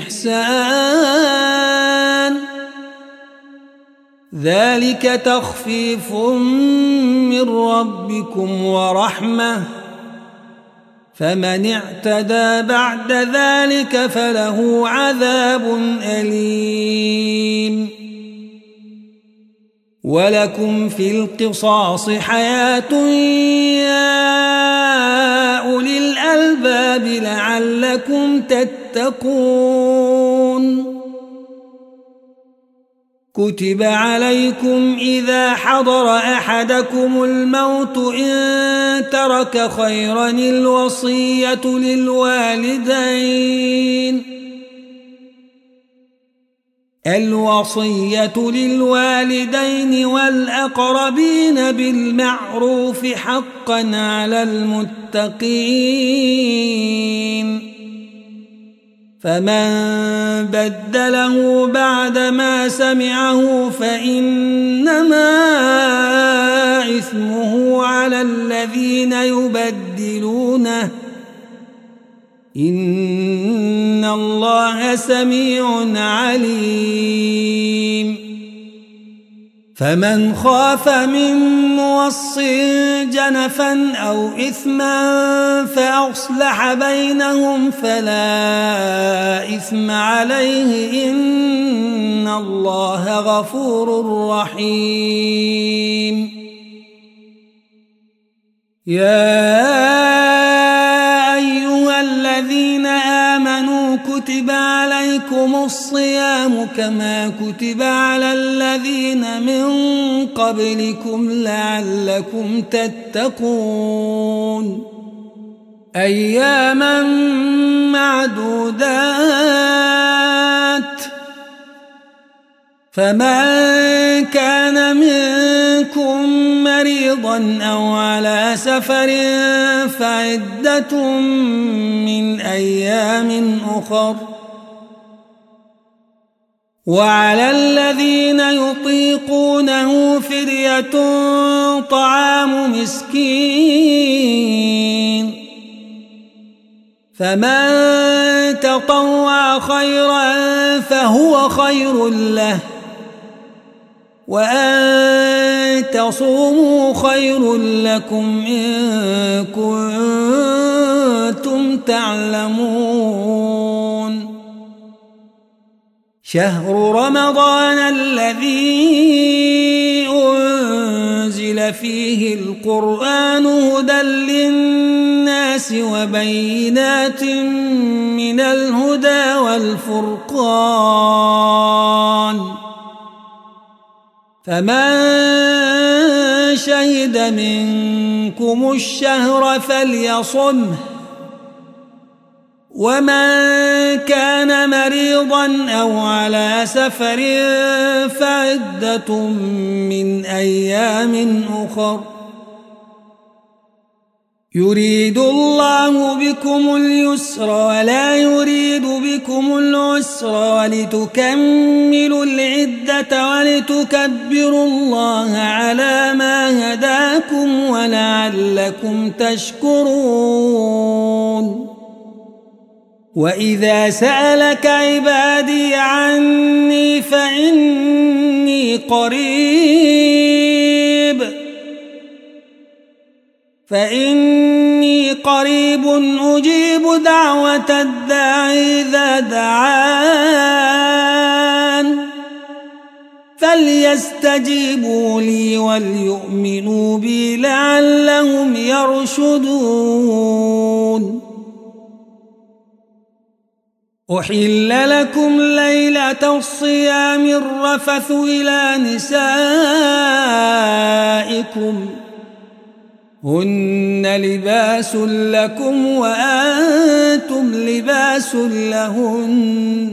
بإحسان ذلك تخفيف من ربكم ورحمة فمن اعتدى بعد ذلك فله عذاب أليم ولكم في القصاص حياة يا أولي الألباب لعلكم تتقون كتب عليكم إذا حضر أحدكم الموت إن ترك خيرا الوصية للوالدين الوصية للوالدين والأقربين بالمعروف حقا على المتقين فمن بدله بعدما سمعه فإنما إثمه على الذين يبدلونه إن الله سميع عليم فمن خاف من موص جنفا أو إثما فأصلح بينهم فلا إثم عليه إن الله غفور رحيم يا أيها الذين آمنوا كتب عليكم الصيام كما كتب على الذين من قبلكم لعلكم تتقون أياما معدودات فمن كان منكم مريضا أو على سفر فعدة من أيام أخر وعلى الذين يطيقونه فدية طعام مسكين فمن تطوع خيرا فهو خير له وأن تصوموا خير لكم إن كنتم تعلمون. شهر رمضان الذي أنزل فيه القرآن هدى للناس وبينات من الهدى والفرقان، فمن شهد منكم الشهر فليصمه، ومن كان مريضا أو على سفر فعدة من أيام أخر، يريد الله بكم اليسر ولا يريد بكم العسر ولتكملوا العدة ولتكبروا الله على ما هداكم ولعلكم تشكرون. وإذا سألك عبادي عني فإني قريب فإني قريب أجيب دعوة الداعي إذا دعان، فليستجيبوا لي وليؤمنوا بي لعلهم يرشدون. أحل لكم ليلة الصيام الرفث إلى نسائكم هن لباس لكم وأنتم لباس لهن،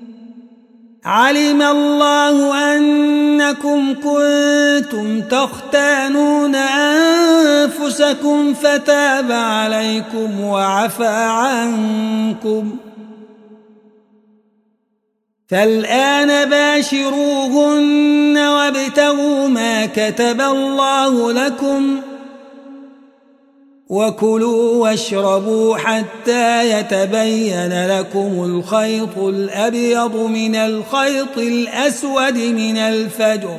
علم الله أنكم كنتم تختانون أنفسكم فتاب عليكم وعفى عنكم، فالآن باشروهن وابتغوا ما كتب الله لكم، وكلوا واشربوا حتى يتبين لكم الخيط الأبيض من الخيط الأسود من الفجر،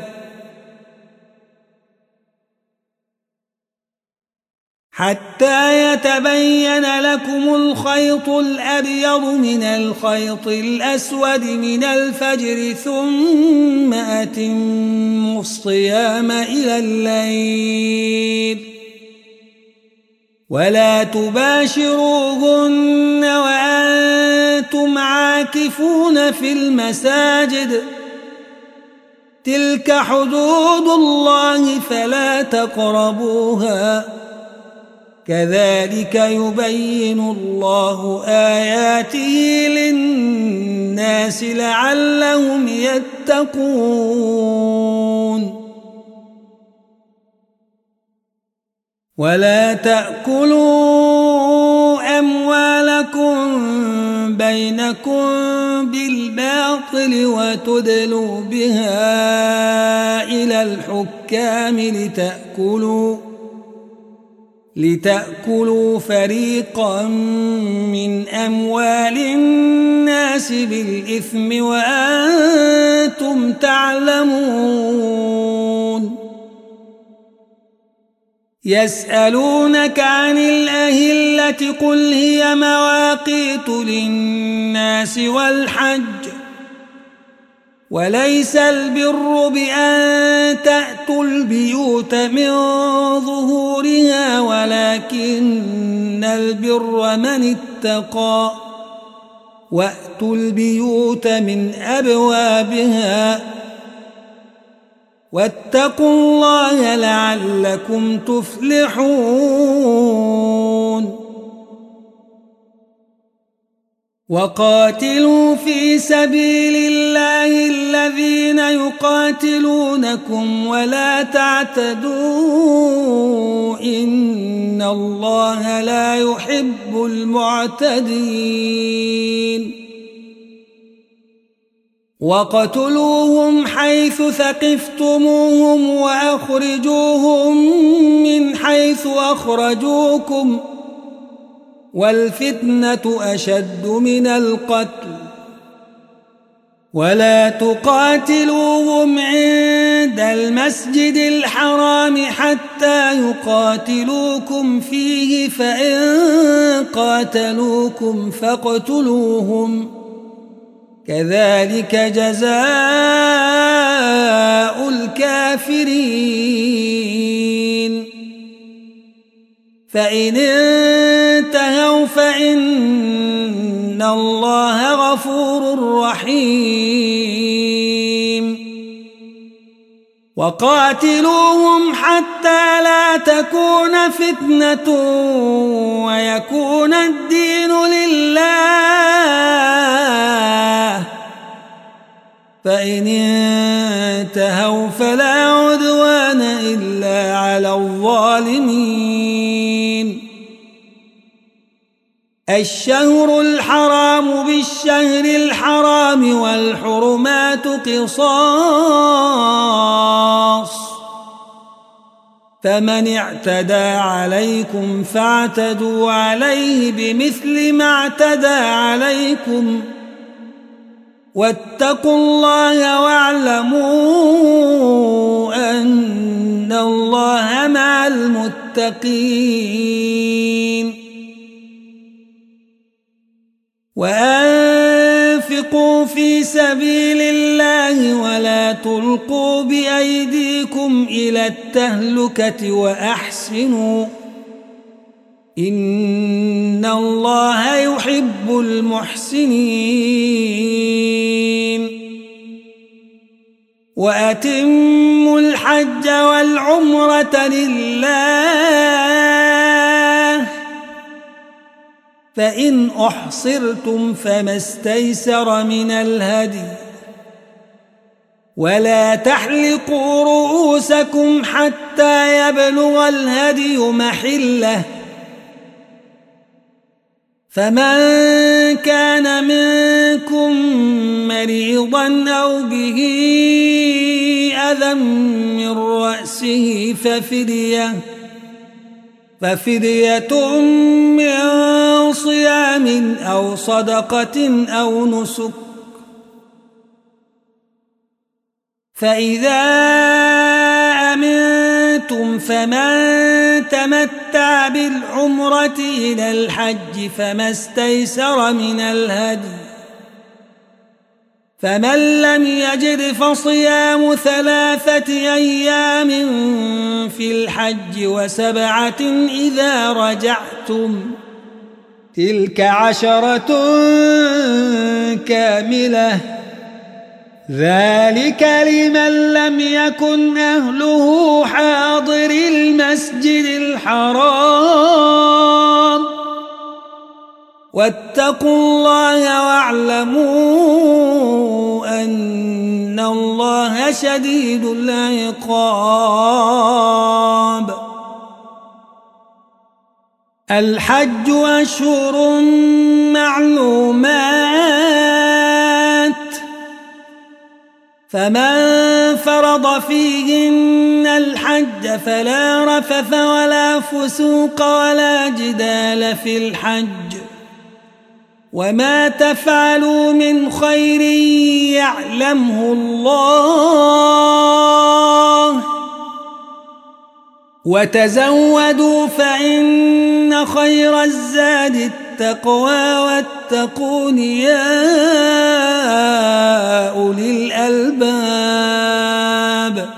حتى يتبين لكم الخيط الأبيض من الخيط الأسود من الفجر، ثم أتموا الصيام إلى الليل، ولا تباشروهن وأنتم عاكفون في المساجد، تلك حدود الله فلا تقربوها، كذلك يبين الله آياته للناس لعلهم يتقون. ولا تأكلوا أموالكم بينكم بالباطل وتدلوا بها إلى الحكام لتأكلوا لتأكلوا فريقا من أموال الناس بالإثم وأنتم تعلمون. يسألونك عن الأهلة قل هي مواقيت للناس والحج، وليس البر بأن تأتوا البيوت من ظهورها ولكن البر من اتقى، وأتوا البيوت من أبوابها، واتقوا الله لعلكم تفلحون. وقاتلوا في سبيل الله الذين يقاتلونكم ولا تعتدوا إن الله لا يحب المعتدين. وقتلوهم حيث ثقفتموهم وأخرجوهم من حيث أخرجوكم، والفتنة أشد من القتل، ولا تقاتلوهم عند المسجد الحرام حتى يقاتلوكم فيه فإن قاتلوكم فاقتلوهم كذلك جزاء الكافرين فإن انتهوا فإن الله غفور رحيم وقاتلوهم حتى لا تكون فتنة ويكون الدين لله فإن انتهوا فلا عدوان إلا على الظالمين الشهر الحرام بالشهر الحرام والحرمات قصاص فمن اعتدى عليكم فاعتدوا عليه بمثل ما اعتدى عليكم واتقوا الله واعلموا أن الله مع المتقين وأنفقوا في سبيل الله ولا تلقوا بأيديكم إلى التهلكة وأحسنوا إن الله يحب المحسنين وأتموا الحج والعمرة لله فإن أحصرتم فما استيسر من الهدي ولا تحلقوا رؤوسكم حتى يبلغ الهدي محله فمن كان منكم مريضا أو به أذى من رأسه ففدية ففدية من صيام أو صدقة أو نسك فإذا أمنتم فمن تمتع بالعمرة إلى الحج فما استيسر من الهدي فمن لم يجد فصيام ثلاثة أيام في الحج وسبعة إذا رجعتم تلك عشرة كاملة ذلك لمن لم يكن أهله حاضر المسجد الحرام واتقوا الله واعلموا أن الله شديد العقاب الحج أشهر معلومات فمن فرض فيهن الحج فلا رفث ولا فسوق ولا جدال في الحج وما تفعلوا من خير يعلمه الله وتزودوا فإن خير الزاد التقوى واتقون يا أولي الألباب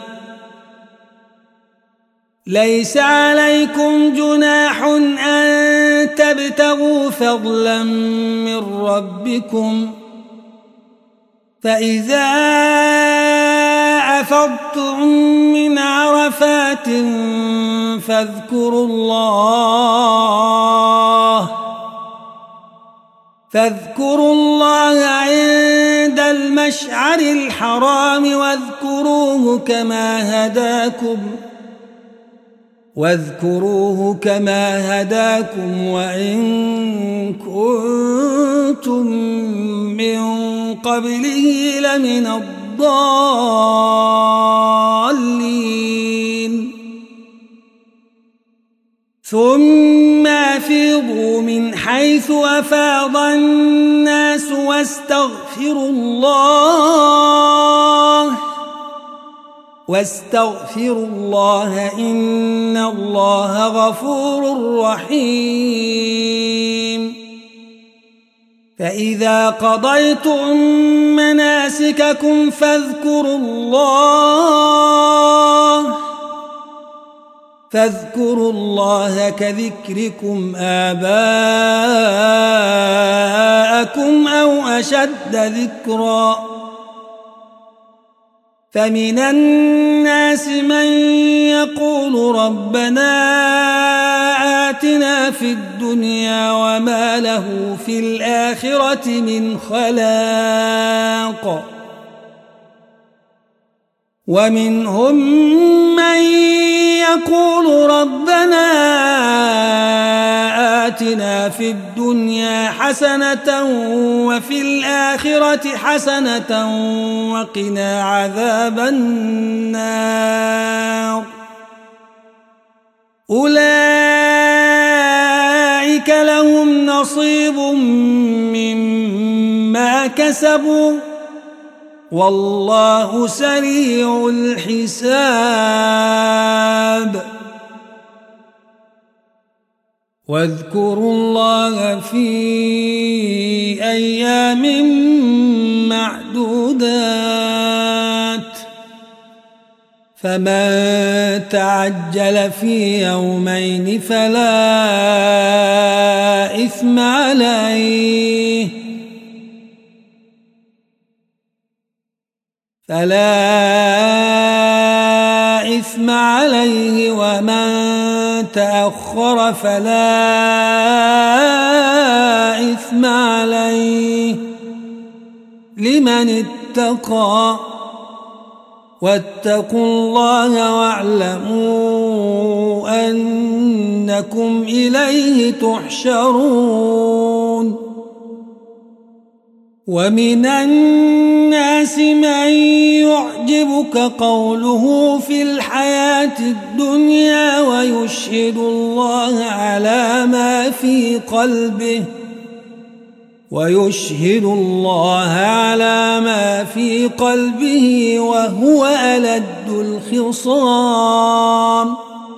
ليس عليكم جناح أن تبتغوا فضلا من ربكم فإذا أفضتم من عرفات فاذكروا الله فاذكروا الله عند المشعر الحرام واذكروه كما هداكم واذكروه كما هداكم وإن كنتم من قبله لمن الضالين ثم أفيضوا من حيث أفاض الناس واستغفروا الله واستغفروا الله إن الله غفور رحيم. فإذا قضيتم مناسككم فاذكروا الله فاذكروا الله كذكركم آباءكم أو أشد ذكرًا. فمن الناس من يقول ربنا آتنا في الدنيا وما له في الآخرة من خلاق. ومنهم من يقول ربنا آتنا في الدنيا حسنة وفي الآخرة حسنة وقنا عذاب النار. أولئك لهم نصيب مما كسبوا والله سريع الحساب. واذكروا الله في أيام معدودات. فمن تعجل في يومين فلا إثم عليه فلا إثم عليه ومن تأخر فلا إثم عليه لمن اتقى. واتقوا الله واعلموا أنكم إليه تحشرون. ومن الناس من يعجبك قوله في الحياة الدنيا ويشهد الله على ما في قلبه ويشهد الله على ما في قلبه وهو ألد الخصام.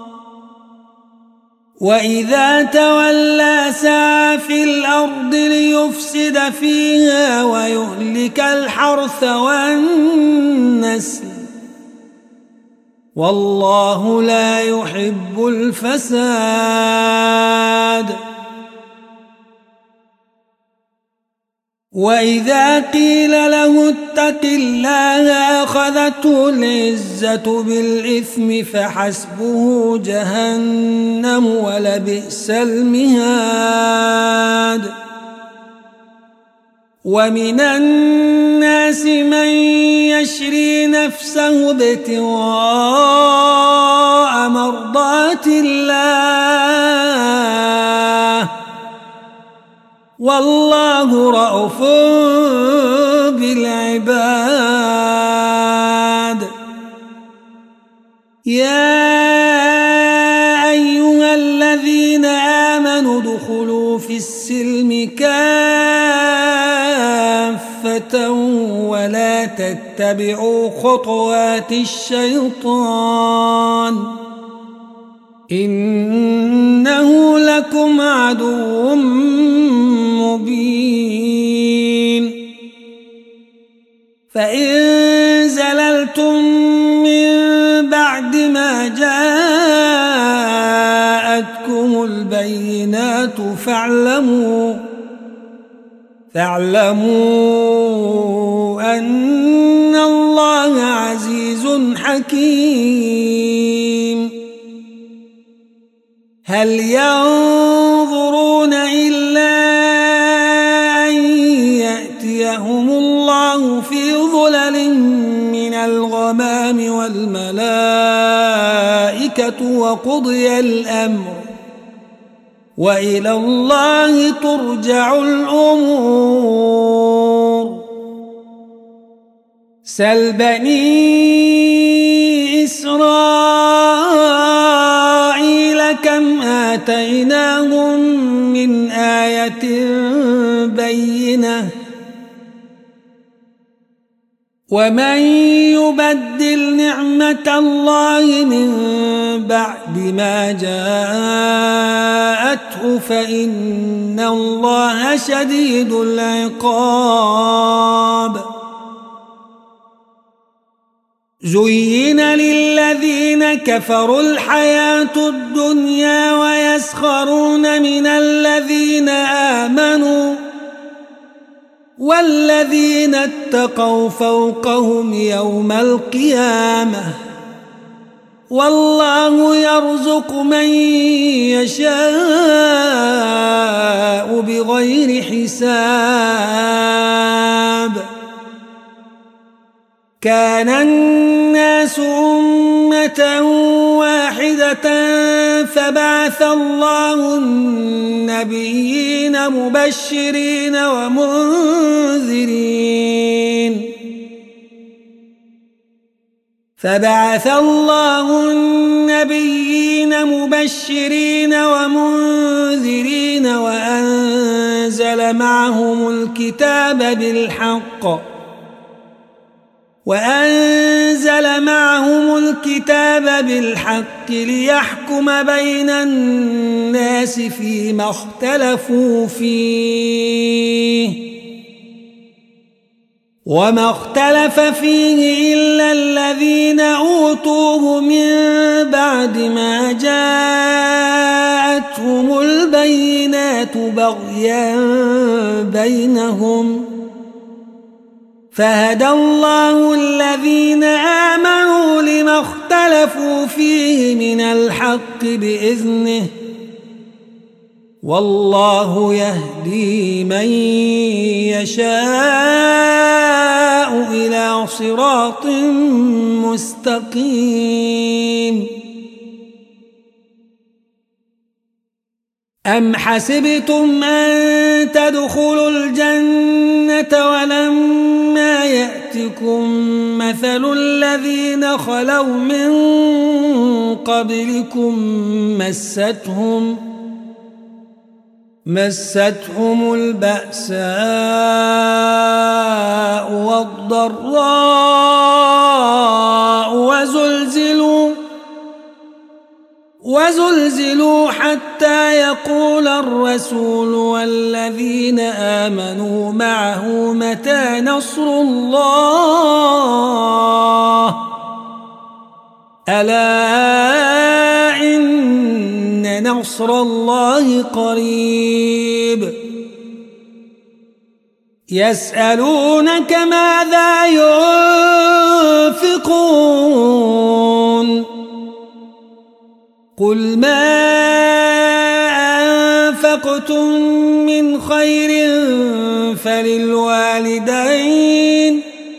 وإذا تولى سعى في الأرض ليفسد فيها ويهلك الحرث والنسل والله لا يحب الفساد. وإذا قيل له اتق الله أخذته العزة بالإثم فحسبه جهنم ولبئس المهاد. ومن الناس من يشري نفسه ابتغاء مرضات الله والله رءوف بالعباد. يا أيها الذين آمنوا ادخلوا في السلم كافة ولا تتبعوا خطوات الشيطان إنه لكم عدو مبين. فإن زللتم من بعد ما جاءتكم البينات فاعلموا فاعلموا أن الله عزيز حكيم. هل ينظرون إلا أن يأتيهم الله في ظلل من الغمام والملائكة وقضي الأمر وإلى الله ترجع الأمور. سل بني إسرائيل كم آتيناهم من آية بينة ومن يبدل نعمة الله من بعد ما جاءته فإن الله شديد العقاب زين للذين كفروا الحياة الدنيا ويسخرون من الذين آمنوا والذين اتقوا فوقهم يوم القيامة والله يرزق من يشاء بغير حساب كان الناس أمة واحدة فبعث الله النبيين مبشرين ومنذرين فبعث الله النبيين مبشرين ومنذرين وأنزل معهم الكتاب بالحق وأنزل معهم الكتاب بالحق ليحكم بين الناس فيما اختلفوا فيه وما اختلف فيه إلا الذين أوتوه من بعد ما جاءتهم البينات بغيا بينهم فهدى الله الذين آمنوا لما اختلفوا فيه من الحق بإذنه والله يهدي من يشاء إلى صراط مستقيم أم حسبتم أن تدخلوا الجنة ولما يأتكم مثل الذين خلوا من قبلكم مستهم مستهم البأساء والضراء وزلزلوا وزلزلوا حتى يقول الرسول والذين آمنوا معه متى نصر الله ألا إن نصر الله قريب يسألونك ماذا ينفقون قل ما أنفقتم من خير فللوالدين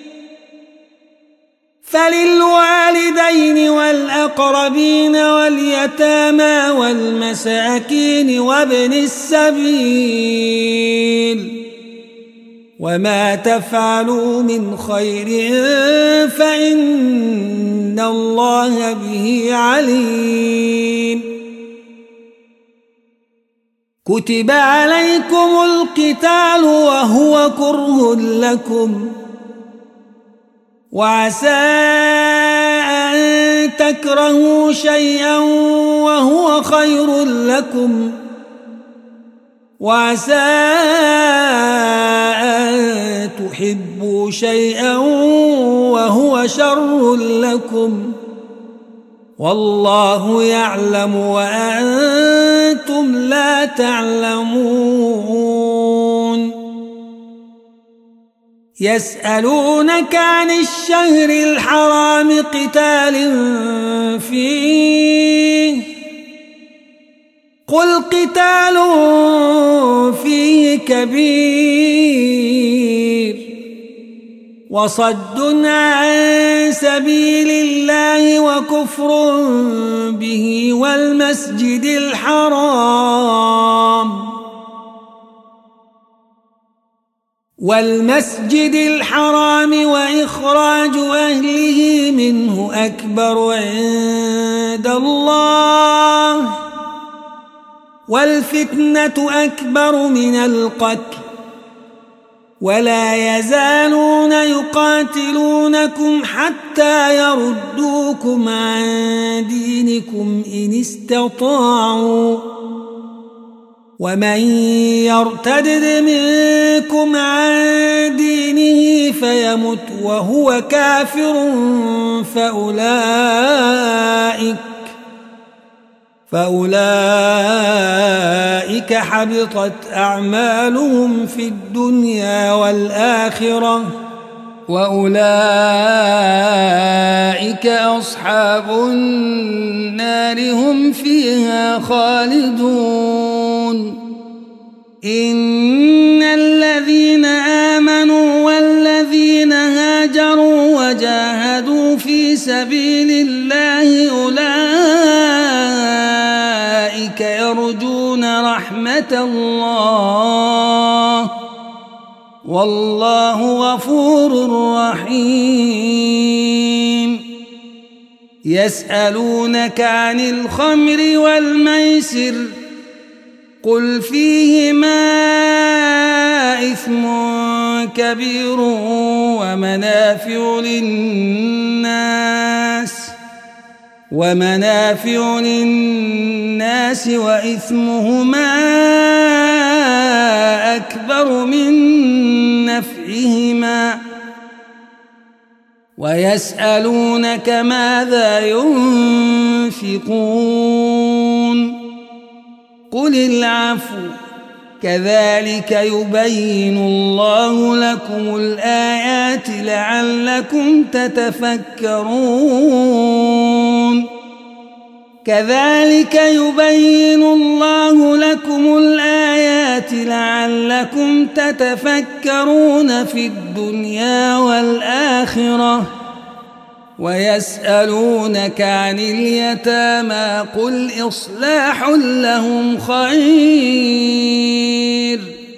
فللوالدين والأقربين واليتامى والمساكين وابن السبيل وما تفعلوا من خير فإن الله به عليم كتب عليكم القتال وهو كره لكم وعسى أن تكرهوا شيئا وهو خير لكم وعسى أن تحبوا شيئا وهو شر لكم والله يعلم وأنتم لا تعلمون يسألونك عن الشهر الحرام قتال فيه قل قتال فيه كبير وصد عن سبيل الله وكفر به والمسجد الحرام والمسجد الحرام وإخراج أهله منه أكبر عند الله والفتنة أكبر من القتل ولا يزالون يقاتلونكم حتى يردوكم عن دينكم إن استطاعوا ومن يرتد منكم عن دينه فيمت وهو كافر فأولئك فأولئك حبطت أعمالهم في الدنيا والآخرة وأولئك أصحاب النار هم فيها خالدون إن الذين آمنوا والذين هاجروا وجاهدوا في سبيل الله أولئك يرجون رحمة الله والله غفور رحيم يسألونك عن الخمر والميسر قل فيهما إثم كبير ومنافع للناس ومنافع للناس وإثمهما أكبر من نفعهما ويسألونك ماذا ينفقون قل العفو كذلك يبين الله لكم الآيات لعلكم تتفكرون كذلك يبين الله لكم الآيات لعلكم تتفكرون في الدنيا والآخرة ويسألونك عن اليتامى قل إصلاح لهم خير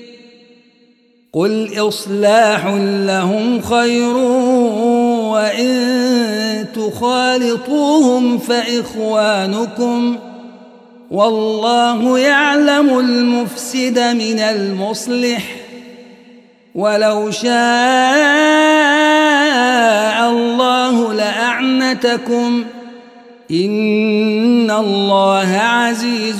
قل إصلاح لهم خير وإن تخالطوهم فإخوانكم والله يعلم المفسد من المصلح ولو شاء الله لأعنتكم إن الله عزيز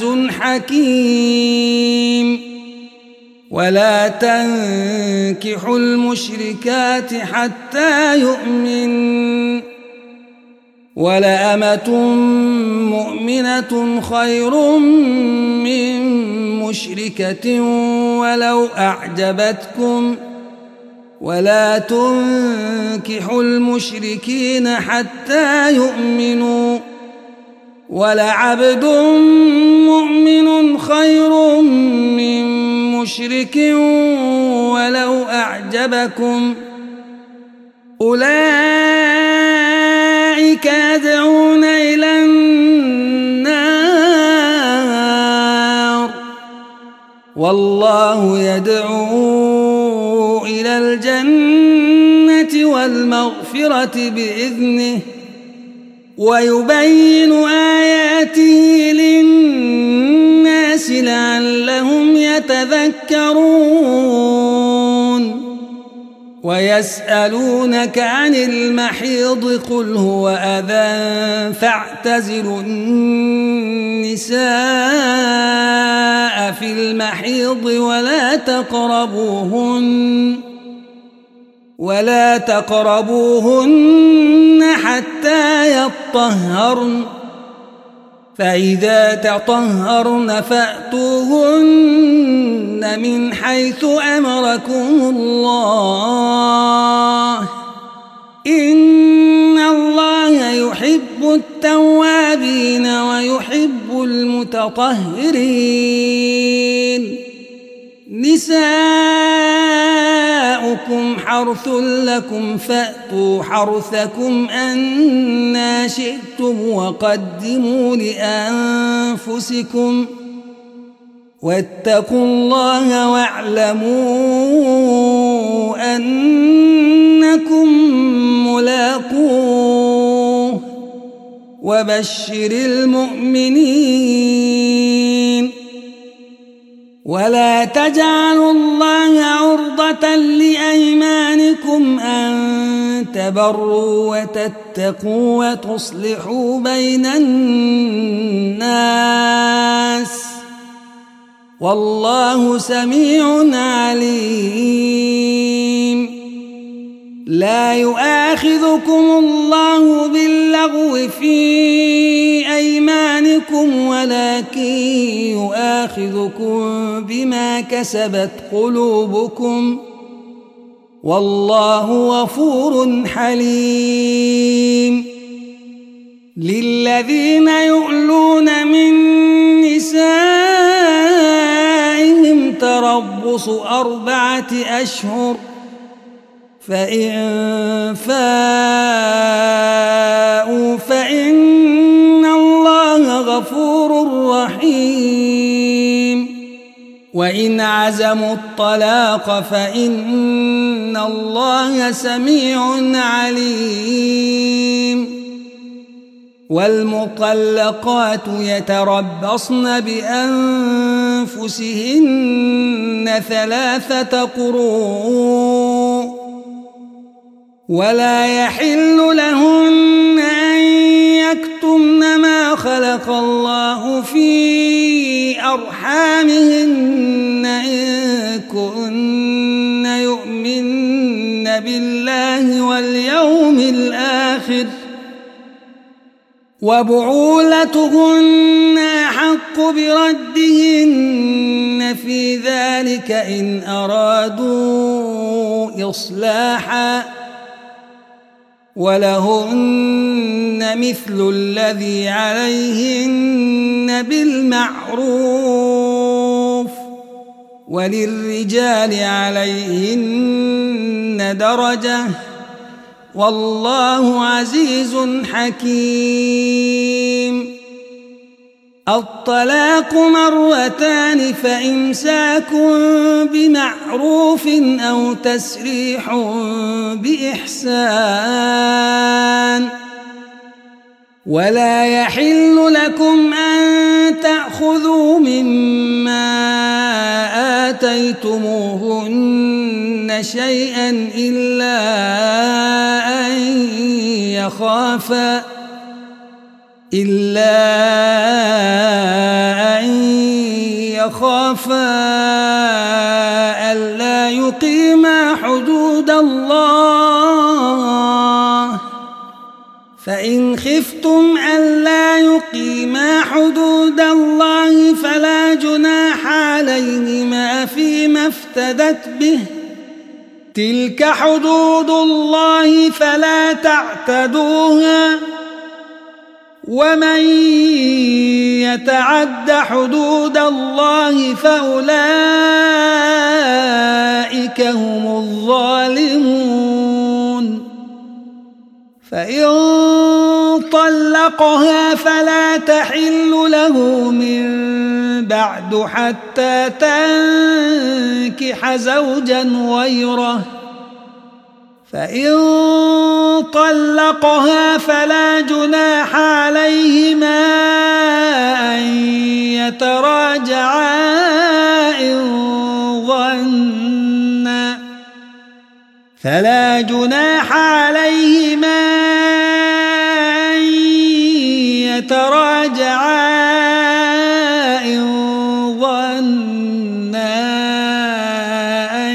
حكيم ولا تنكحوا المشركات حتى يؤمن ولأمة مؤمنة خير من مشركة ولو أعجبتكم ولا تنكحوا المشركين حتى يؤمنوا ولعبد مؤمن خير من مشرك ولو أعجبكم أولئك يدعون إلى النار والله يدعو إلى الجنة والمغفرة بإذنه ويبين آياته للناس لعلهم يتذكرون ويسألونك عن المحيض قل هو أذى فاعتزلوا النساء في المحيض ولا تقربوهن ولا تقربوهن حتى يطهرن فإذا تطهرن فأتوهن من حيث أمركم الله إن الله يحب التوابين ويحب المتطهرين نساؤكم حرث لكم فأتوا حرثكم أنى شئتم وقدموا لأنفسكم واتقوا الله واعلموا أنكم ملاقوه وبشر المؤمنين ولا تجعلوا الله عرضة لأيمانكم أن تبروا وتتقوا وتصلحوا بين الناس والله سميع عليم. لا يؤاخذكم الله باللغو في أيمانكم ولكن يؤاخذكم بما كسبت قلوبكم والله غفور حليم. للذين يؤلون من نسائهم تربص أربعة أشهر فإن فاءوا فإن الله غفور رحيم. وإن عزموا الطلاق فإن الله سميع عليم. والمطلقات يتربصن بأنفسهن ثلاثة قروء ولا يحل لهن أن يكتمن ما خلق الله في أرحامهن إن كن يؤمن بالله واليوم الآخر وبعولتهن أحق بردهن في ذلك إن أرادوا إصلاحا ولهن مثل الذي عليهن بالمعروف وللرجال عليهن درجة والله عزيز حكيم. الطلاق مرتان فإمساك بمعروف أو تسريح بإحسان. ولا يحل لكم أن تأخذوا مما آتيتموهن شيئا إلا أن يخافا إلا أن يخافا ألا يقيما حدود الله فإن خفتم ألا يقيما حدود الله فلا جناح عليهما فيما افتدت به تلك حدود الله فلا تعتدوها ومن يتعد حدود الله فأولئك هم الظالمون. فإن طلقها فلا تحل له من بعد حتى تنكح زوجا غيره فإن طلقها فلا جناح عليهما أن يتراجعا إن ظنا فلا جناح عليهما أن يتراجعا إن ظنا أن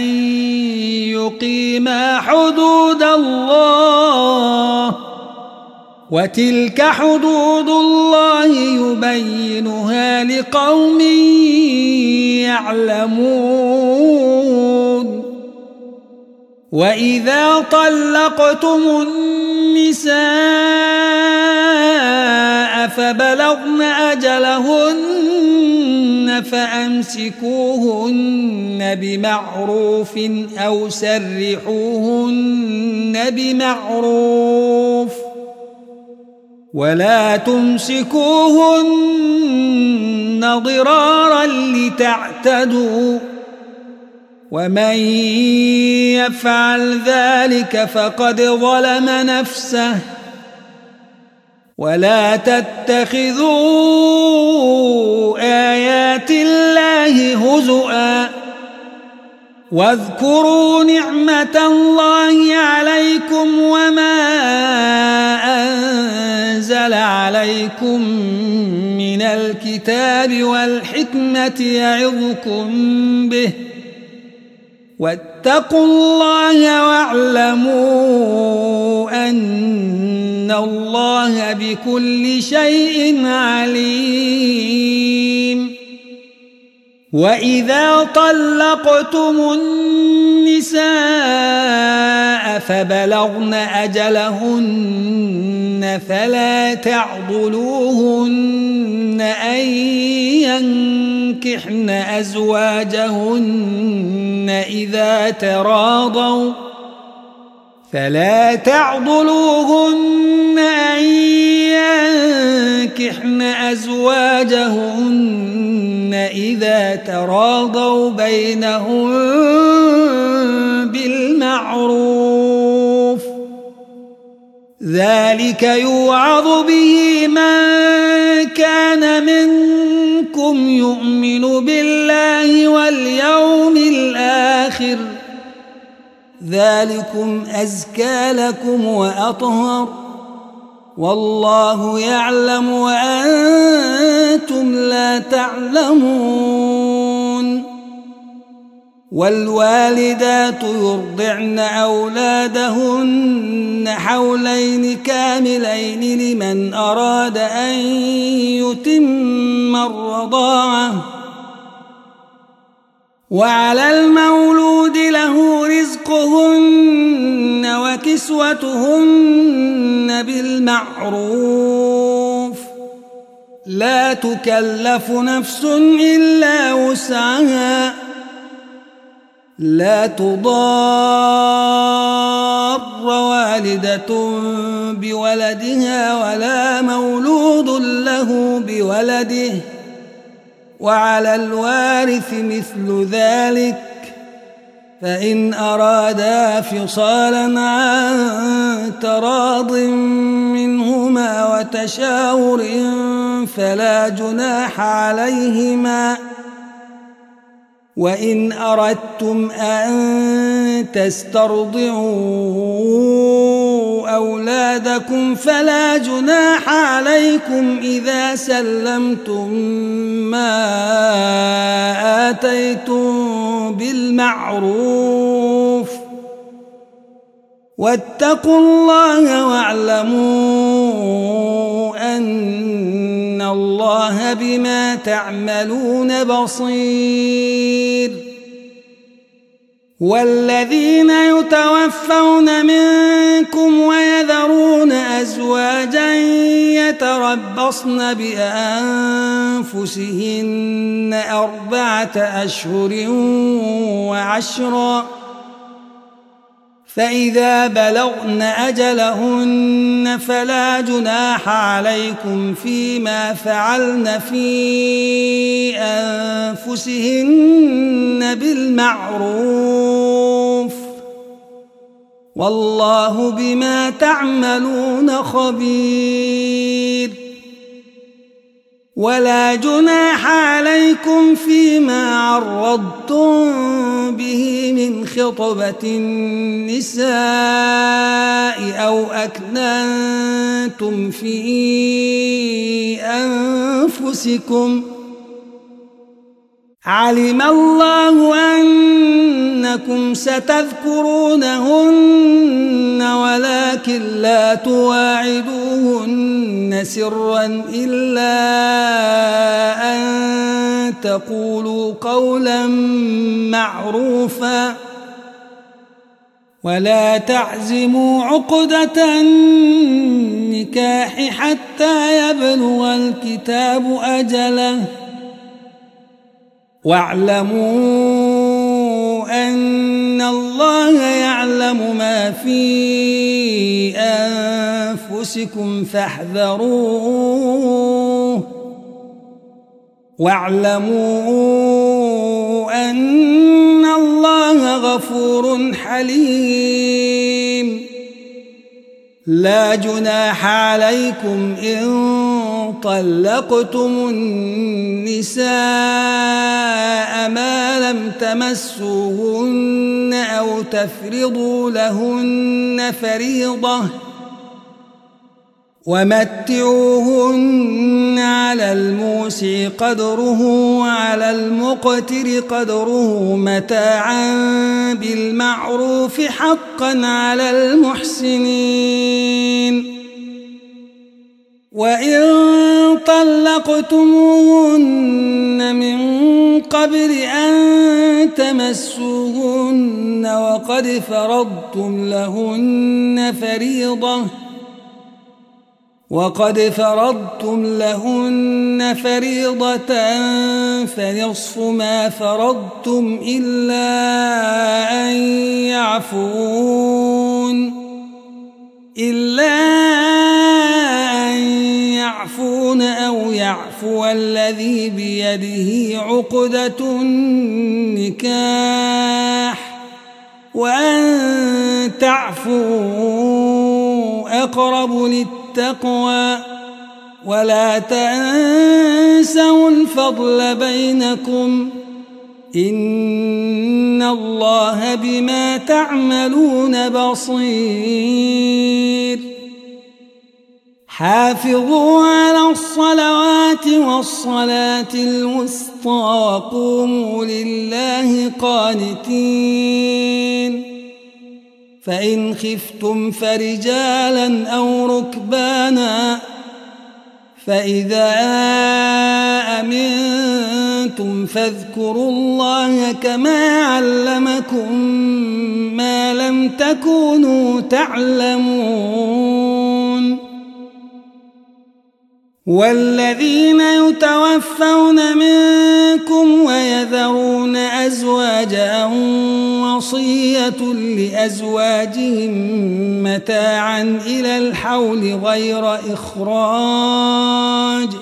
يقيما حدود الله وتلك حدود الله يبينها لقوم يعلمون. وإذا طلقتم النساء فبلغن أجلهن فأمسكوهن بمعروف أو سرحوهن بمعروف ولا تمسكوهن ضرارا لتعتدوا ومن يفعل ذلك فقد ظلم نفسه ولا تتخذوا آيات الله هزؤا واذكروا نعمة الله عليكم وما أنزل عليكم من الكتاب والحكمة يعظكم به واتقوا الله واعلموا أن الله بكل شيء عليم. وإذا طلقتم النساء فبلغن أجلهن فلا تعضلوهن أن ينكحن أزواجهن إذا تراضوا فلا تعضلوهن أن ينكحن أزواجهن إذا تراضوا بينهم بالمعروف ذلك يوعظ به من كان منكم يؤمن بالله واليوم الآخر ذلكم أزكى لكم وأطهر والله يعلم وأنتم لا تعلمون. والوالدات يرضعن أولادهن حولين كاملين لمن أراد أن يتم الرضاعة وعلى المولود له رزقهن وكسوتهن بالمعروف لا تكلف نفس إلا وسعها لا تضار والدة بولدها ولا مولود له بولده وعلى الوارث مثل ذلك فإن أرادا فصالا عن تراض منهما وتشاور فلا جناح عليهما وإن أردتم أن تسترضعوا أولادكم فلا جناح عليكم إذا سلمتم ما آتيتم بالمعروف واتقوا الله واعلموا أن الله بما تعملون بصير. والذين يتوفون منكم ويذرون أزواجا يتربصن بأنفسهن أربعة أشهر وعشرا فإذا بلغن أجلهن فلا جناح عليكم فيما فعلن في أنفسهن بالمعروف والله بما تعملون خبير. ولا جناح عليكم فيما عرضتم به من خطبة النساء أو أكننتم في أنفسكم علم الله أنكم ستذكرونهن ولكن لا تواعدوهن سرا إلا أن تقولوا قولا معروفا ولا تعزموا عقدة النكاح حتى يبلغ الكتاب أجله واعلموا أن الله يعلم ما في أنفسكم فاحذروه واعلموا أن الله الله غفور حليم. لا جناح عليكم إن طلقتم النساء ما لم تمسوهن أو تفرضوا لهن فريضة ومتعوهن على الموسع قدره وعلى المقتر قدره متاعا بالمعروف حقا على المحسنين. وإن طلقتموهن من قبل أن تمسوهن وقد فرضتم لهن فريضة وقد فرضتم لهن فريضة فنصف ما فرضتم إلا أن يعفون إلا أن يعفون أو يعفو الذي بيده عقدة النكاح وأن تعفوا أقرب للتقوى ولا تنسوا الفضل بينكم إن الله بما تعملون بصير. حافظوا على الصلوات والصلاة الوسطى وقوموا لله قانتين. فإن خفتم فرجالا أو ركبانا فإذا أمنتم فاذكروا الله كما علمكم ما لم تكونوا تعلمون. والذين يتوفون منكم ويذرون أزواجا وصية لأزواجهم متاعا إلى الحول غير إخراج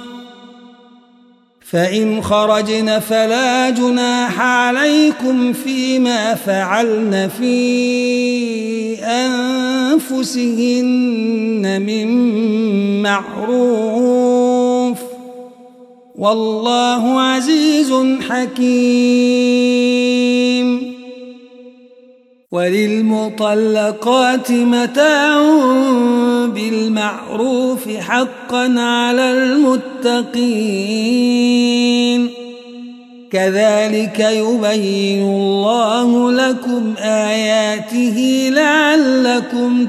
فإن خرجن فلا جناح عليكم فيما فعلن في أنفسهن من معروف والله عزيز حكيم. وللمطلقات متاع بالمعروف حقا على المتقين كذلك يبين الله لكم آياته لعلكم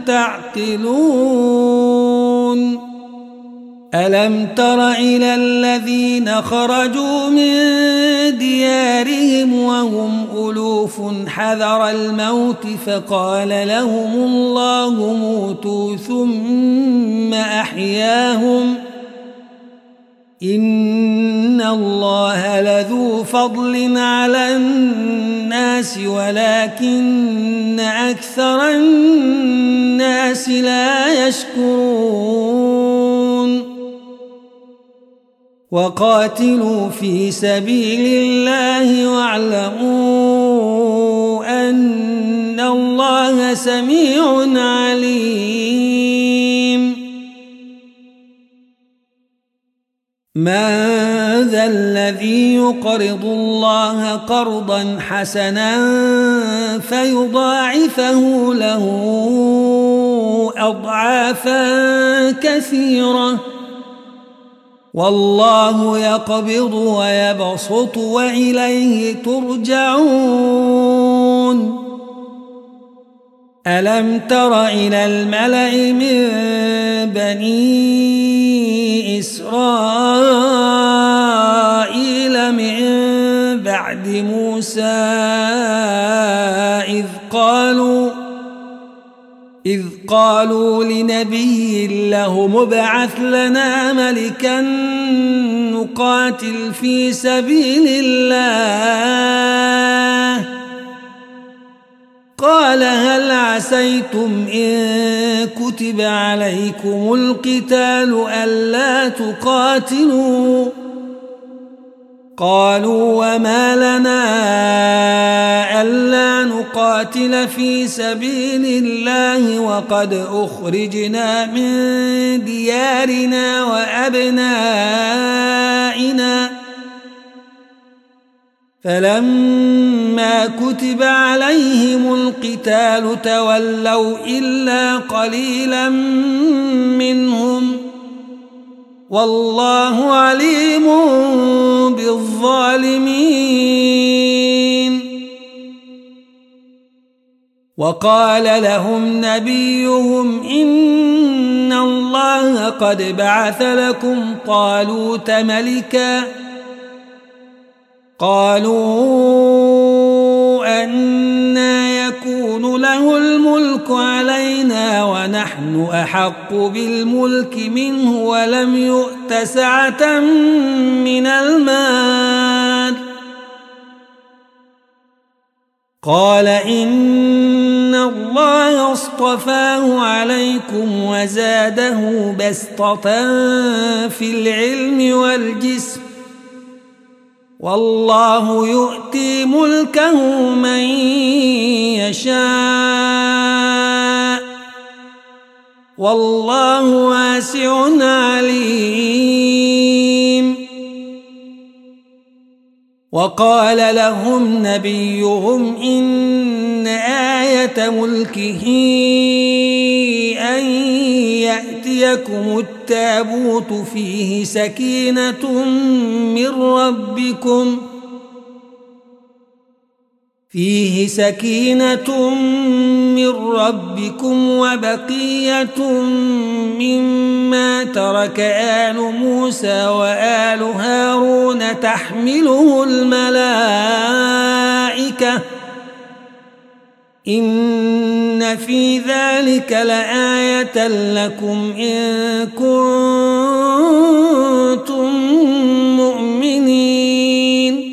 تعقلون. ألم تر إلى الذين خرجوا من ديارهم وهم ألوف حذر الموت فقال لهم الله موتوا ثم أحياهم إن الله لذو فضل على الناس ولكن أكثر الناس لا يشكرون. وقاتلوا في سبيل الله واعلموا أن الله سميع عليم. من ذا الذي يقرض الله قرضا حسنا فيضاعفه له أضعافا كثيرة والله يقبض ويبسط وإليه ترجعون. ألم تر إلى الملأ من بني إسرائيل من بعد موسى إذ قالوا إذ قالوا لنبي له ابعث لنا ملكا نقاتل في سبيل الله قال هل عسيتم إن كتب عليكم القتال ألا تقاتلوا قالوا وما لنا ألا نقاتل في سبيل الله وقد أخرجنا من ديارنا وأبنائنا فلما كتب عليهم القتال تولوا إلا قليلا منهم والله عليم بالظالمين. وقال لهم نبيهم إن الله قد بعث لكم طالوت ملكا قالوا أنى يكون له الملك علينا ونحن أحق بالملك منه ولم يؤت سعة من المال قال إن الله اصطفاه عليكم وزاده بسطة في العلم والجسم والله يؤتي ملكه من يشاء والله واسع عليم. وقال لهم نبيهم إن آية ملكه أن يأتيكم التابوت فيه سكينة من ربكم فيه سكينة من ربكم وبقية مما ترك آل موسى وآل هارون تحمله الملائكة إن في ذلك لآية لكم إن كنتم مؤمنين.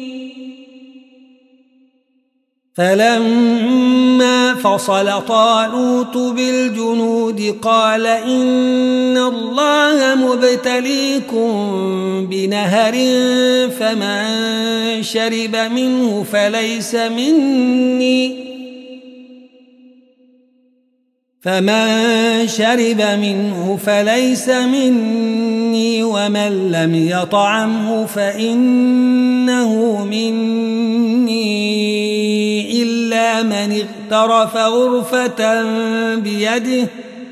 فلما فصل طالوت بالجنود قال إن الله مبتليكم بنهر فمن شرب منه فليس مني فمن شرب منه فليس مني ومن لم يطعمه فإنه مني إلا من اغترف غرفة بيده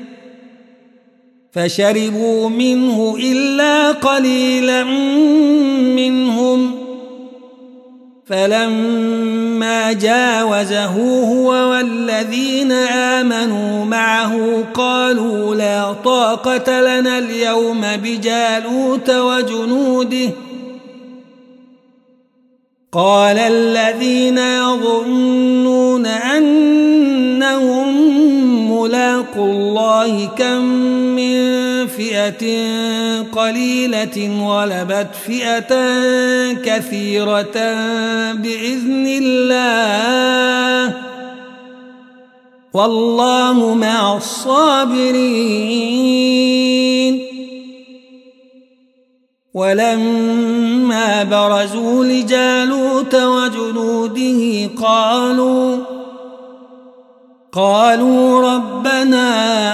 فشربوا منه إلا قليلا منهم فلما جاوزه هو والذين آمنوا معه قالوا لا طاقة لنا اليوم بجالوت وجنوده قال الذين يظنون أنهم ملاقو الله كم من فئة قليلة غلبت فئة كثيرة بإذن الله والله مع الصابرين. ولما برزوا لجالوت وجنوده قالوا قالوا ربنا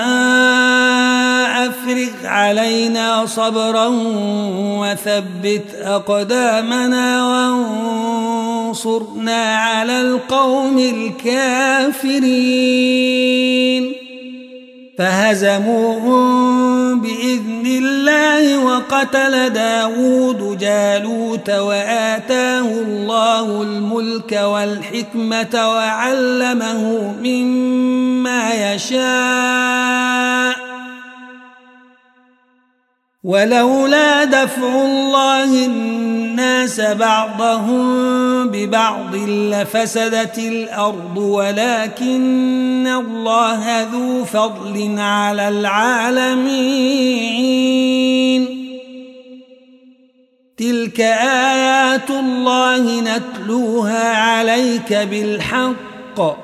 أفرغ علينا صبرا وثبت أقدامنا وانصرنا على القوم الكافرين فهزموهم بإذن الله وقتل داود جالوت وآتاه الله الملك والحكمة وعلمه مما يشاء ولولا دفع الله الناس بعضهم ببعض لفسدت الأرض ولكن الله ذو فضل على العالمين. تلك آيات الله نتلوها عليك بالحق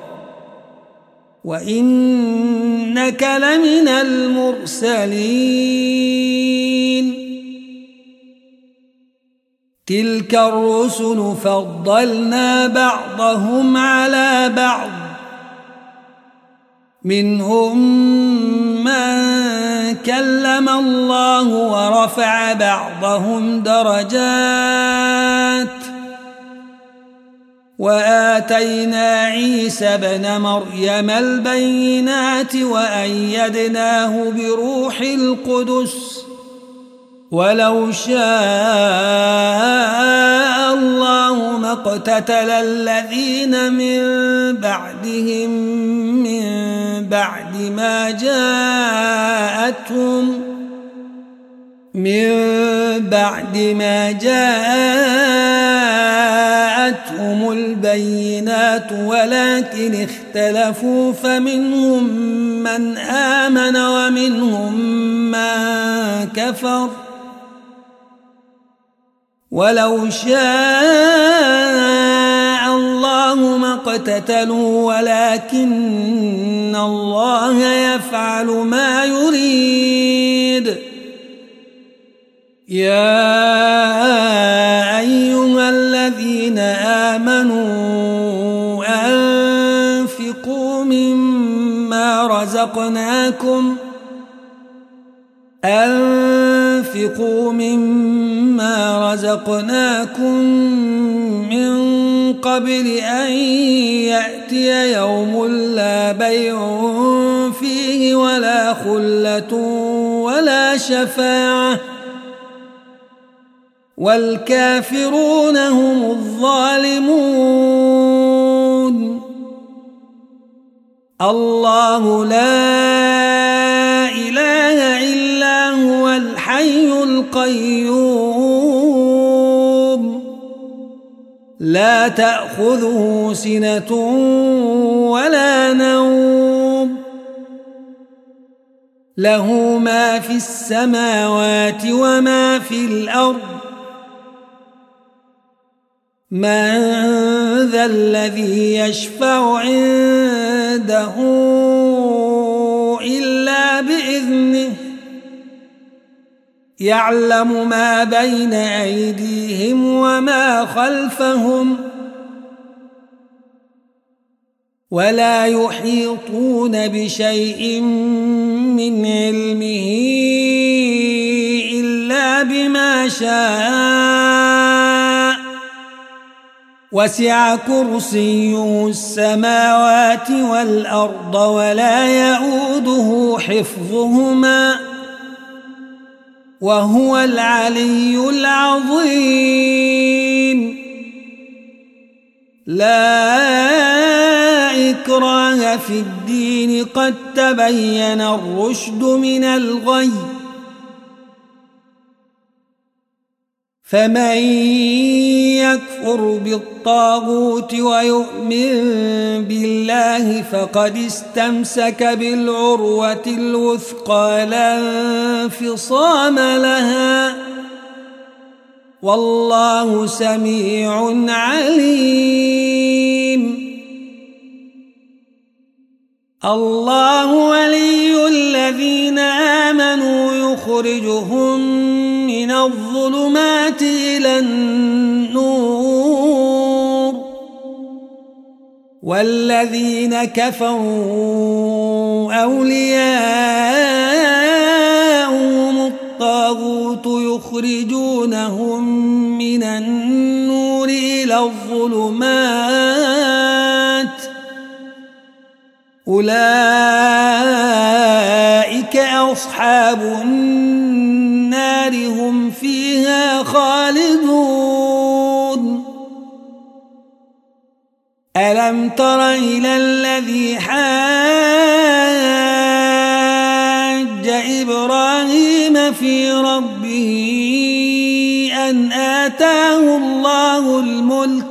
وإنك لمن المرسلين. تلك الرسل فضلنا بعضهم على بعض منهم من كلم الله ورفع بعضهم درجات وآتينا عيسى ابن مريم البينات وأيدناه بروح القدس ولو شاء الله ما اقتتل الذين من بعدهم من بعد ما جاءتهم من بعد ما جاءتهم البينات ولكن اختلفوا فمنهم من آمن ومنهم من كفر ولو شاء الله ما اقتتلوا ولكن الله يفعل ما يريد يا أيها الذين آمنوا أنفقوا مما رزقناكم أنفقوا مما رزقناكم من قبل أن يأتي يوم لا بيع فيه ولا خلة ولا شفاعة والكافرون هم الظالمون الله لا إله إلا هو الحي القيوم لا تأخذه سنة ولا نوم له ما في السماوات وما في الأرض من ذا الذي يشفع عنده إلا بإذنه يعلم ما بين أيديهم وما خلفهم ولا يحيطون بشيء من علمه إلا بما شاء وسع كرسيه السماوات والأرض ولا يؤوده حفظهما وهو العلي العظيم لا إكراه في الدين قد تبين الرشد من الغي فمن يكفر بالطاغوت ويؤمن بالله فقد استمسك بالعروة الوثقى لا انفصام لها والله سميع عليم الله ولي الذين آمنوا يخرجهم من الظلمات إلى النور والذين كفروا أولياءهم الطاغوت يخرجونهم من النور إلى الظلمات أولئك أصحاب النار هم فيها خالدون ألم تر إلى الذي حاج إبراهيم في ربه أن آتاه الله الملك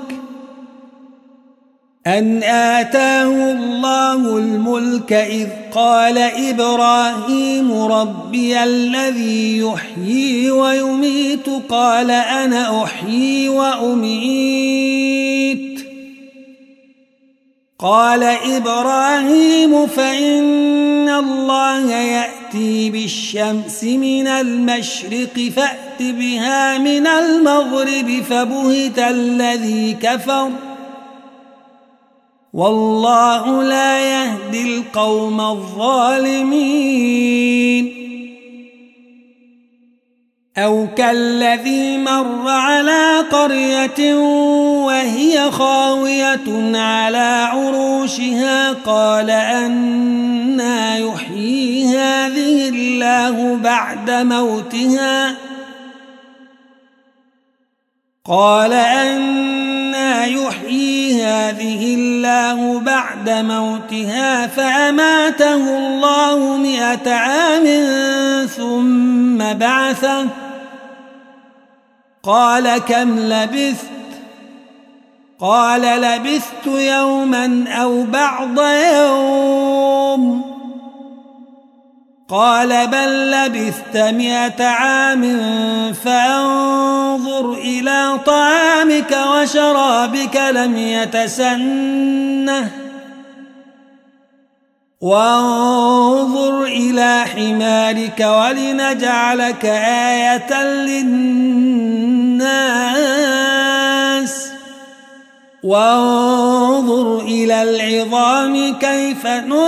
أن آتاه الله الملك إذ قال إبراهيم ربي الذي يحيي ويميت قال أنا أحيي وأميت قال إبراهيم فإن الله يأتي بالشمس من المشرق فأت بها من المغرب فبهت الذي كفر والله لا يهدي القوم الظالمين أو كالذي مر على قرية وهي خاوية على عروشها قال أنى يحيي هذه الله بعد موتها قال أنى يحيي هذه الله بعد موتها فأماته الله مئة عام ثم بعثه قال كم لبثت قال لبثت يوما أو بعض يوم قال بل لبثت مئة عام فانظر إلى طعامك وشرابك لم يتسنه وانظر إلى حمارك ولنجعلك آية للناس وانظر إلى العظام كيف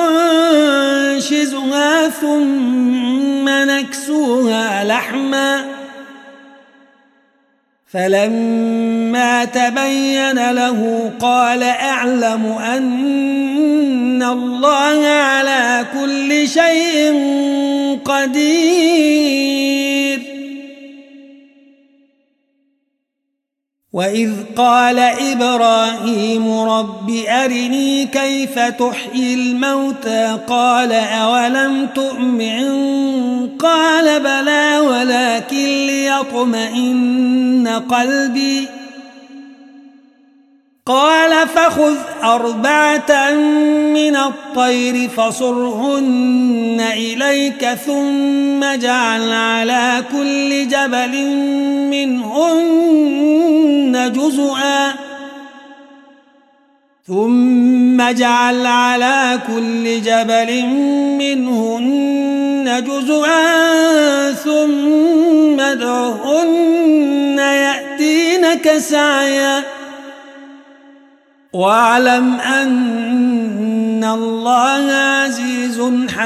ننشزها ثم نكسوها لحما فلما تبين له قال أعلم أن الله على كل شيء قدير وإذ قال إبراهيم رب أرني كيف تحيي الموتى قال أولم تؤمن قال بلى ولكن ليطمئن قلبي قال فخذ أربعة من الطير فصرهن إليك ثم اجعل على كل جبل منهن جزءا ثم اجعل على كل جبل منهن جزءا ثم ادعهن يأتينك سعيا واعلم أن الله عزيز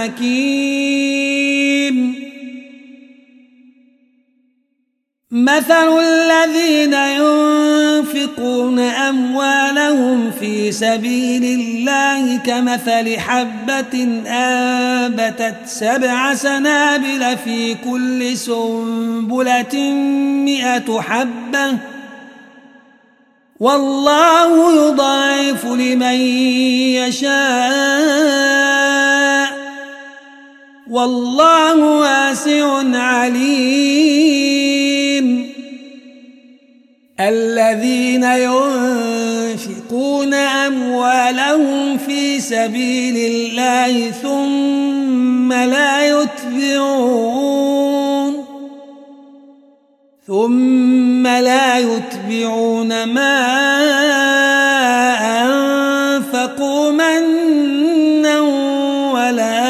حكيم مثل الذين ينفقون أموالهم في سبيل الله كمثل حبة أنبتت سبع سنابل في كل سنبلة مئة حبة والله يضاعف لمن يشاء والله واسع عليم الذين ينفقون أموالهم في سبيل الله ثم لا يتبعون ثم لا يتبعون ما أنفقوا منا ولا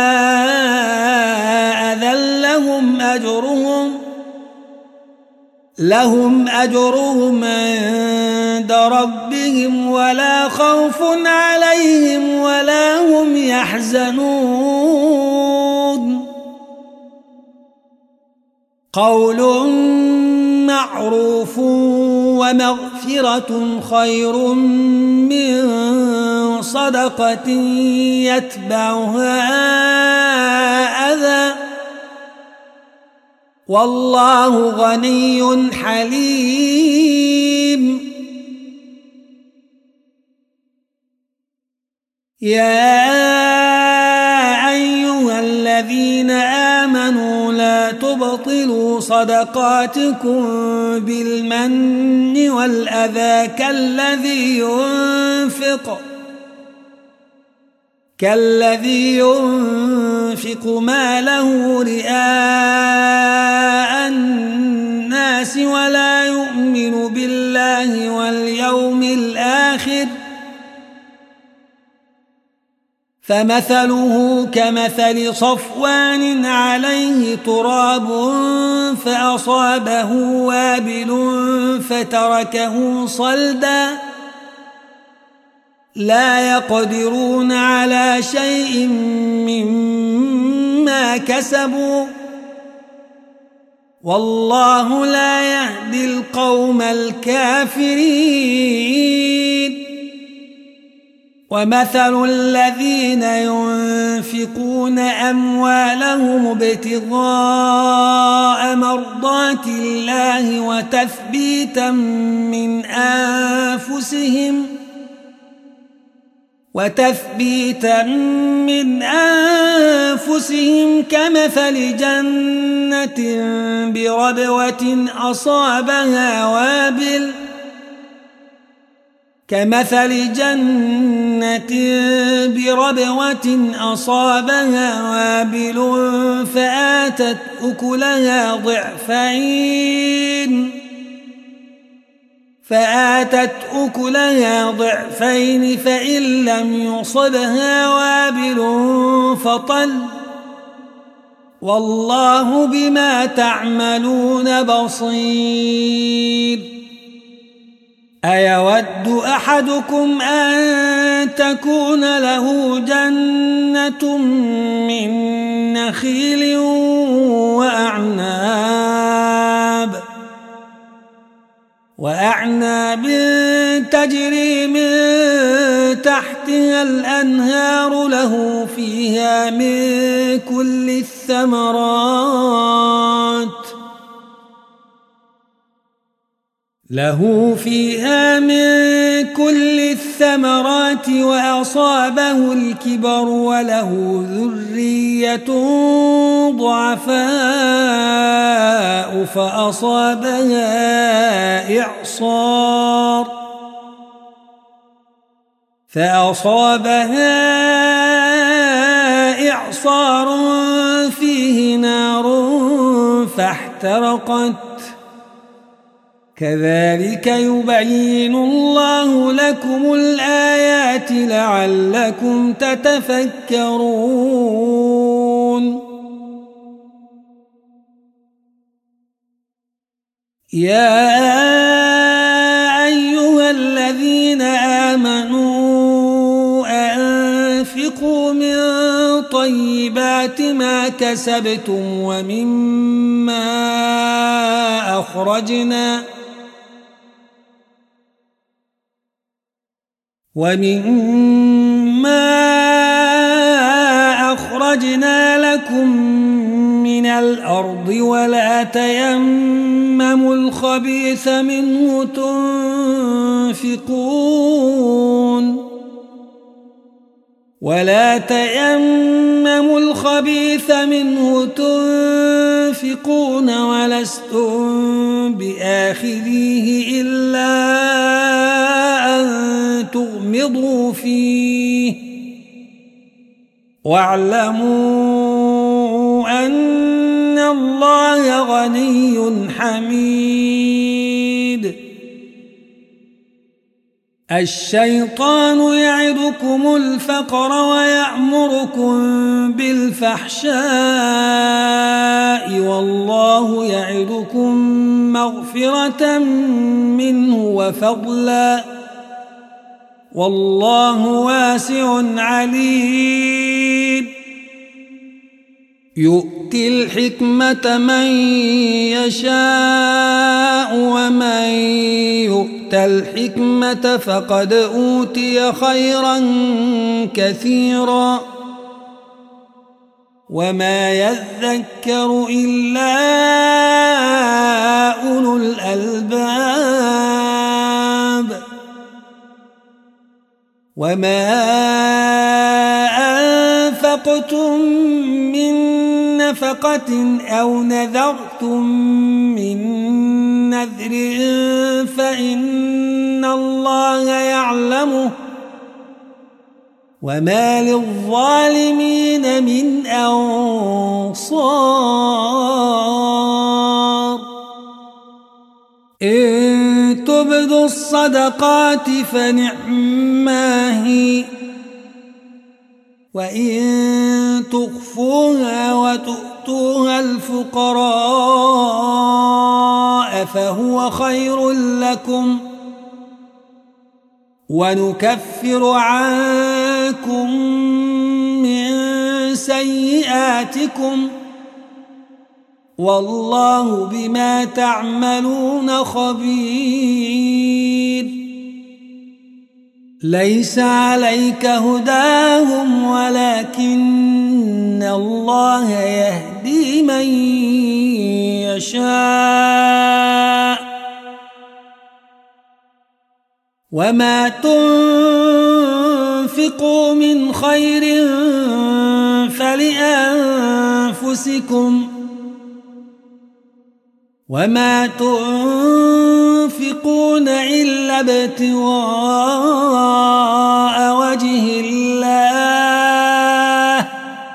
أذى لهم أجرهم لهم أجرهم عند ربهم ولا خوف عليهم ولا هم يحزنون قول معروف ومغفرة خير من صدقة يتبعها أذى والله غني حليم يا أيها الذين آمنوا لا تبطلوا صدقاتكم بالمن والأذى كالذي ينفق كالذي ينفق ماله رئاء الناس ولا يؤمن بالله واليوم الآخر فمثله كمثل صفوان عليه تراب فأصابه وابل فتركه صلدا لا يقدرون على شيء مما كسبوا والله لا يهدي القوم الكافرين. ومثل الذين ينفقون أموالهم ابتغاء مرضات الله وتثبيتا من أنفسهم وتثبيتا من أنفسهم كمثل جنة بربوة أصابها وابل كمثل جنة بربوة أصابها وابل فآتت أكلها ضعفين فآتت أكلها ضعفين فإن لم يصبها وابل فطل والله بما تعملون بصير. أيود أحدكم أن تكون له جنة من نخيل وأعناب وأعناب تجري من تحتها الأنهار له فيها من كل الثمرات له فيها من كل الثمرات وأصابه الكبر وله ذرية ضعفاء فأصابها إعصار فأصابها إعصار فيه نار فاحترقت كذلك يبين الله لكم الآيات لعلكم تتفكرون. يا أيها الذين آمنوا أنفقوا من طيبات ما كسبتم ومما أخرجنا ومما أخرجنا لكم من الأرض ولا تيمموا الخبيث منه تنفقون ولا تيمموا الخبيث منه تنفقون ولستم بآخذيه إلا أن تغمضوا فيه واعلموا أن الله غني حميد. الشيطان يعدكم الفقر ويأمركم بالفحشاء والله يعدكم مغفرة منه وفضلا والله واسع عليم. يؤتي الحكمة من يشاء ومن يؤت الحكمة فقد أوتي خيرا كثيرا وما يذكر إلا أولو الألباب. وما أنفقتم من نفقة أو نذرتم من نذر فإن الله يعلمه وما للظالمين من أنصار. إن تبدوا الصدقات فنعما هي وإن تخفوها وتؤتوها الفقراء فهو خير لكم ونكفر عنكم من سيئاتكم والله بما تعملون خبير. ليس عليك هداهم ولكن الله يهدي من يشاء وما تنفقوا من خير فلأنفسكم وما تنفقون إلا ابتغاء وجه الله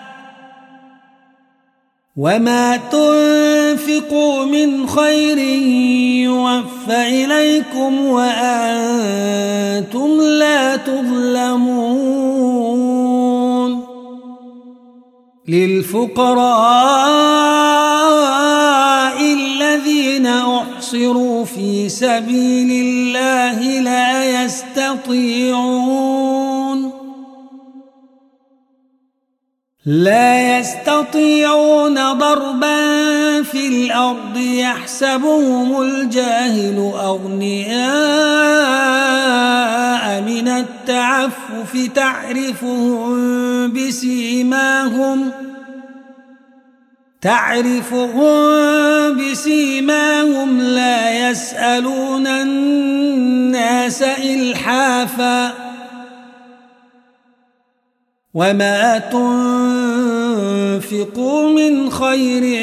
وما تنفقوا من خير يوفى إليكم وأنتم لا تظلمون. للفقراء الذين أحصروا في سبيل الله لا يستطيعون لا يستطيعون ضربا في الأرض يحسبهم الجاهل أغنياء من التعفف تعرفهم بسيماهم تعرفهم بسيماهم لا يسألون الناس إلحافا وما تنفقوا من خير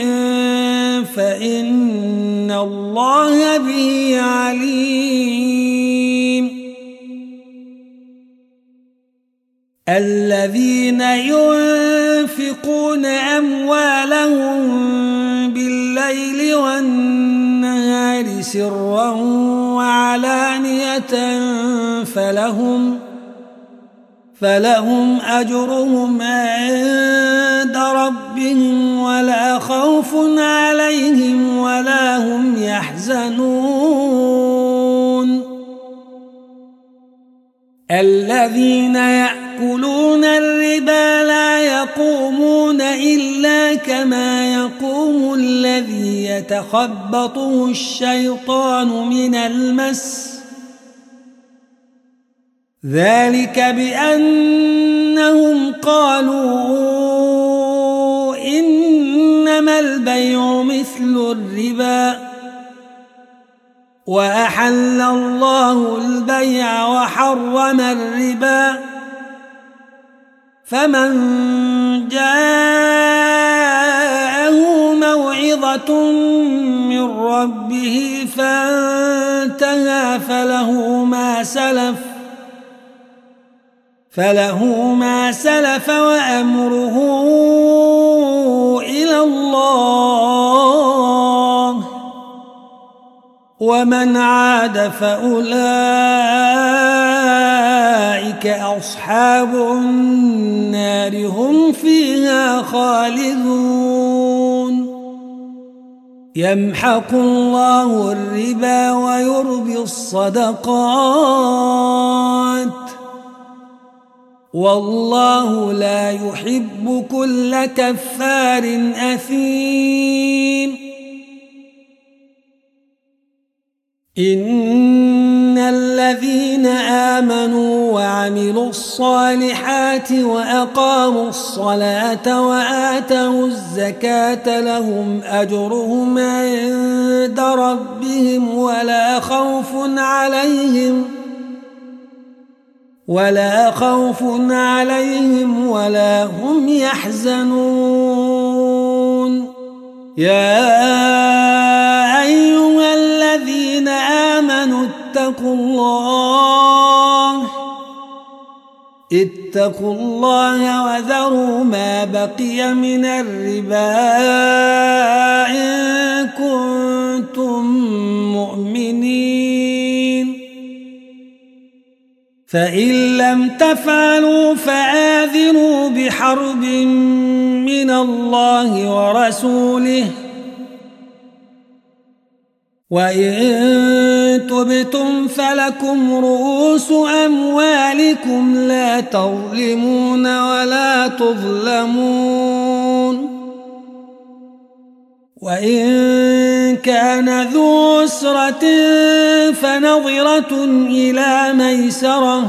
فإن الله به عليم. الذين ينفقون أموالهم بالليل والنهار سرا وعلانية فلهم فلهم أجرهم عند ربهم ولا خوف عليهم ولا هم يحزنون. الذين يأكلون الربا لا يقومون إلا كما يقوم الذي يتخبطه الشيطان من المس ذلك بأنهم قالوا إنما البيع مثل الربا وأحل الله البيع وحرم الربا فمن جاءه موعظة من ربه فانتهى فله ما سلف فله ما سلف وأمره إلى الله ومن عاد فأولئك أصحاب النار هم فيها خالدون. يمحق الله الربا ويربي الصدقات والله لا يحب كل كفار أثيم. إن الذين آمنوا وعملوا الصالحات وأقاموا الصلاة وآتوا الزكاة لهم أجرهم عند ربهم ولا خوف عليهم ولا خوف عليهم ولا هم يحزنون. يا أيها الذين آمنوا اتقوا الله اتقوا الله وذروا ما بقي من الربا إن كنتم مؤمنين فإن لم تفعلوا فآذنوا بحرب من الله ورسوله وإن تبتم فلكم رؤوس أموالكم لا تظلمون ولا تظلمون وإن كان ذو عسرة فنظرة إلى ميسرة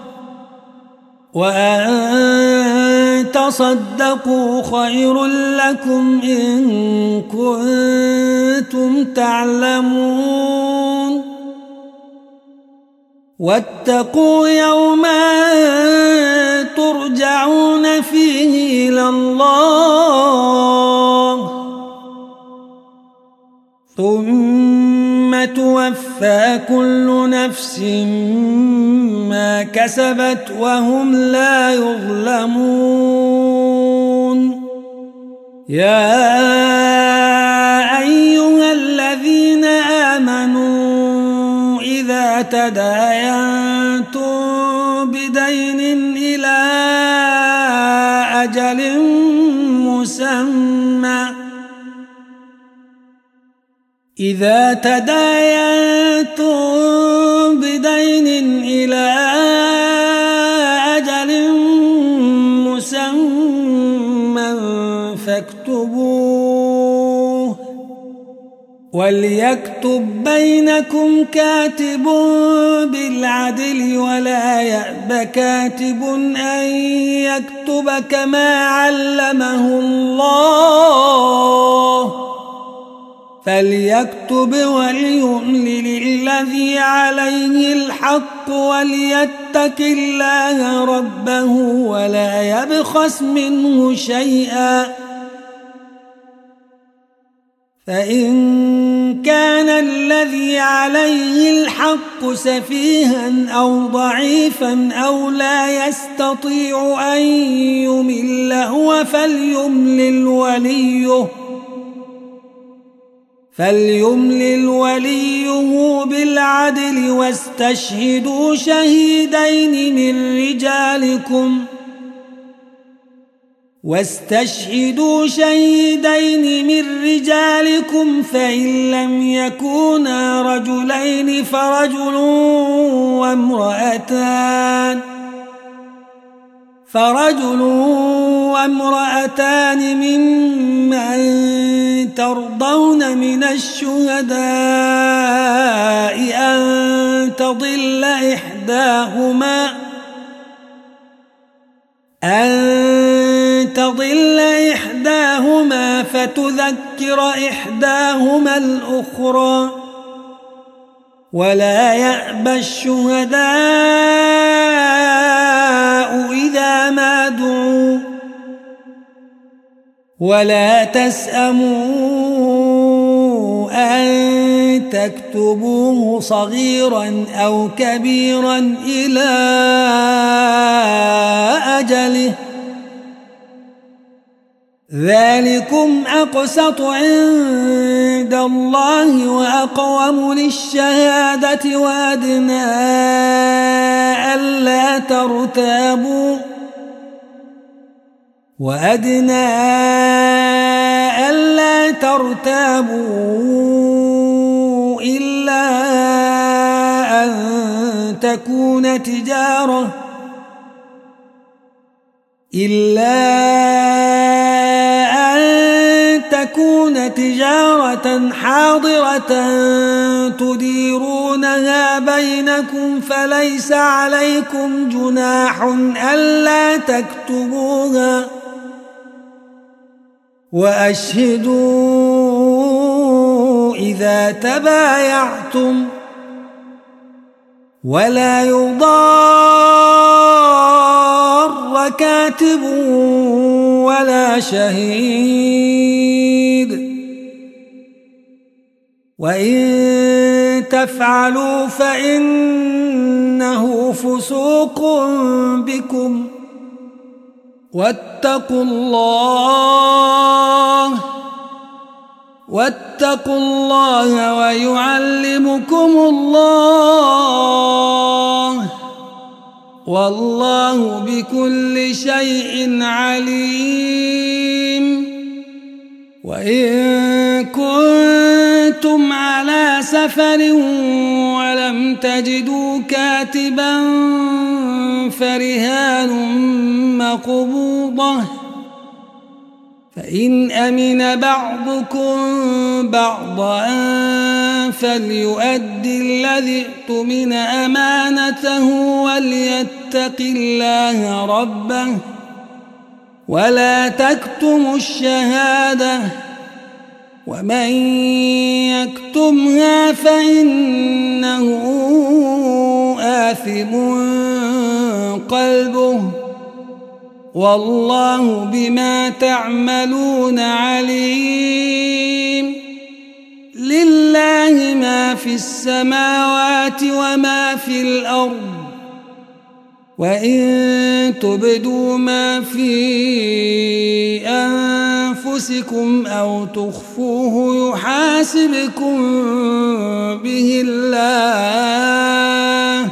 وأن تصدقوا خير لكم إن كنتم تعلمون واتقوا يوما ترجعون فيه إلى الله ثم توفى كل نفس ما كسبت وهم لا يظلمون يا أيها الذين آمنوا إذا تداينتم بدين إلى أجل مسمى إذا تداينتم بدين إلى أجل مسمى فاكتبوه وليكتب بينكم كاتب بالعدل ولا يأب كاتب أن يكتب كما علمه الله فليكتب وليملل الذي عليه الحق وليتق الله ربه ولا يبخس منه شيئا فإن كان الذي عليه الحق سفيها أو ضعيفا أو لا يستطيع أن يمل هو فليملل وليه فليملل وليه بالعدل واستشهدوا شهيدين من رجالكم واستشهدوا شهيدين من رجالكم فإن لم يكونا رجلين فرجل وامرأتان فرجل وامرأتان ممن ترضون من الشهداء أن تضل إحداهما أن تضل إحداهما فتذكر إحداهما الأخرى ولا يأبى الشهداء إذا ما دعوا ولا تسأموا أن تكتبوه صغيرا أو كبيرا إلى أجله ذلكم أقسط عند الله وأقوم للشهادة وأدنى ألا ترتابوا وأدنى ألا ترتابوا إلا أن تكون تجارة إلا أن تكون تجارة حاضرة تديرونها بينكم فليس عليكم جناح ألا تكتبوها وأشهدوا إذا تبايعتم ولا يضار كاتب ولا شهيد وإن تفعلوا فإنه فسوق بكم واتقوا الله واتقوا الله ويعلمكم الله والله بكل شيء عليم. وإن كنتم على سفر ولم تجدوا كاتبا فرهان مقبوضة، فإن أمن بعضكم بعضا فليؤد الذي اؤتمن أمانته وليتق الله ربه ولا تكتموا الشهادة، ومن يكتمها فإنه آثم قلبه والله بما تعملون عليم. لله ما في السماوات وما في الأرض، وإن تبدوا ما في أنفسكم أو تخفوه يحاسبكم به الله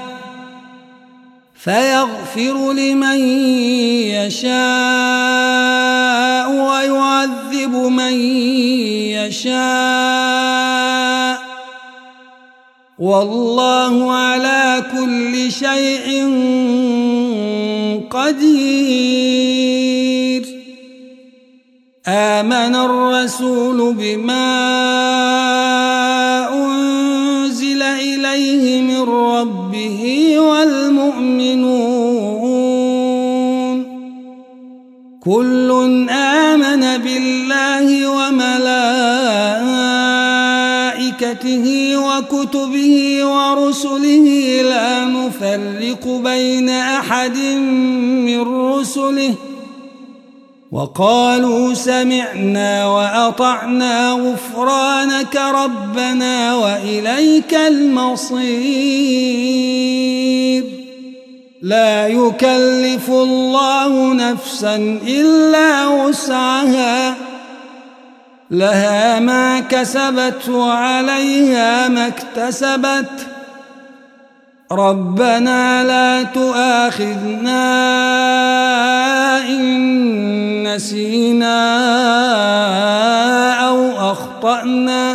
فيغفر لمن يشاء ويعذب من يشاء، والله على كل شيء قدير. آمن الرسول بما أنزل إليه من ربه والمؤمنون كل آمن بالله وملائكته وكتبه ورسله لا نفرق بين أحد من رسله وقالوا سمعنا وأطعنا غفرانك ربنا وإليك المصير. لا يكلف الله نفسا إلا وسعها لها ما كسبت وعليها ما اكتسبت ربنا لا تؤاخذنا إن نسينا أو أخطأنا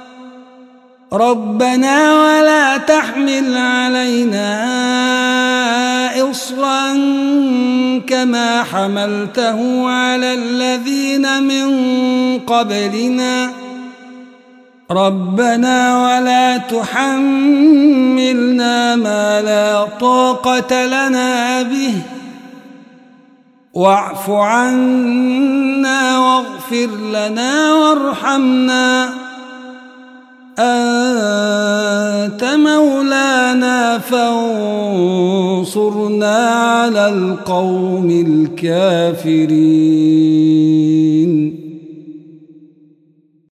ربنا ولا تحمل علينا إصرا كما حملته على الذين من قبلنا ربنا ولا تحملنا ما لا طاقة لنا به واعف عنا واغفر لنا وارحمنا أنت مولانا فانصرنا على القوم الكافرين.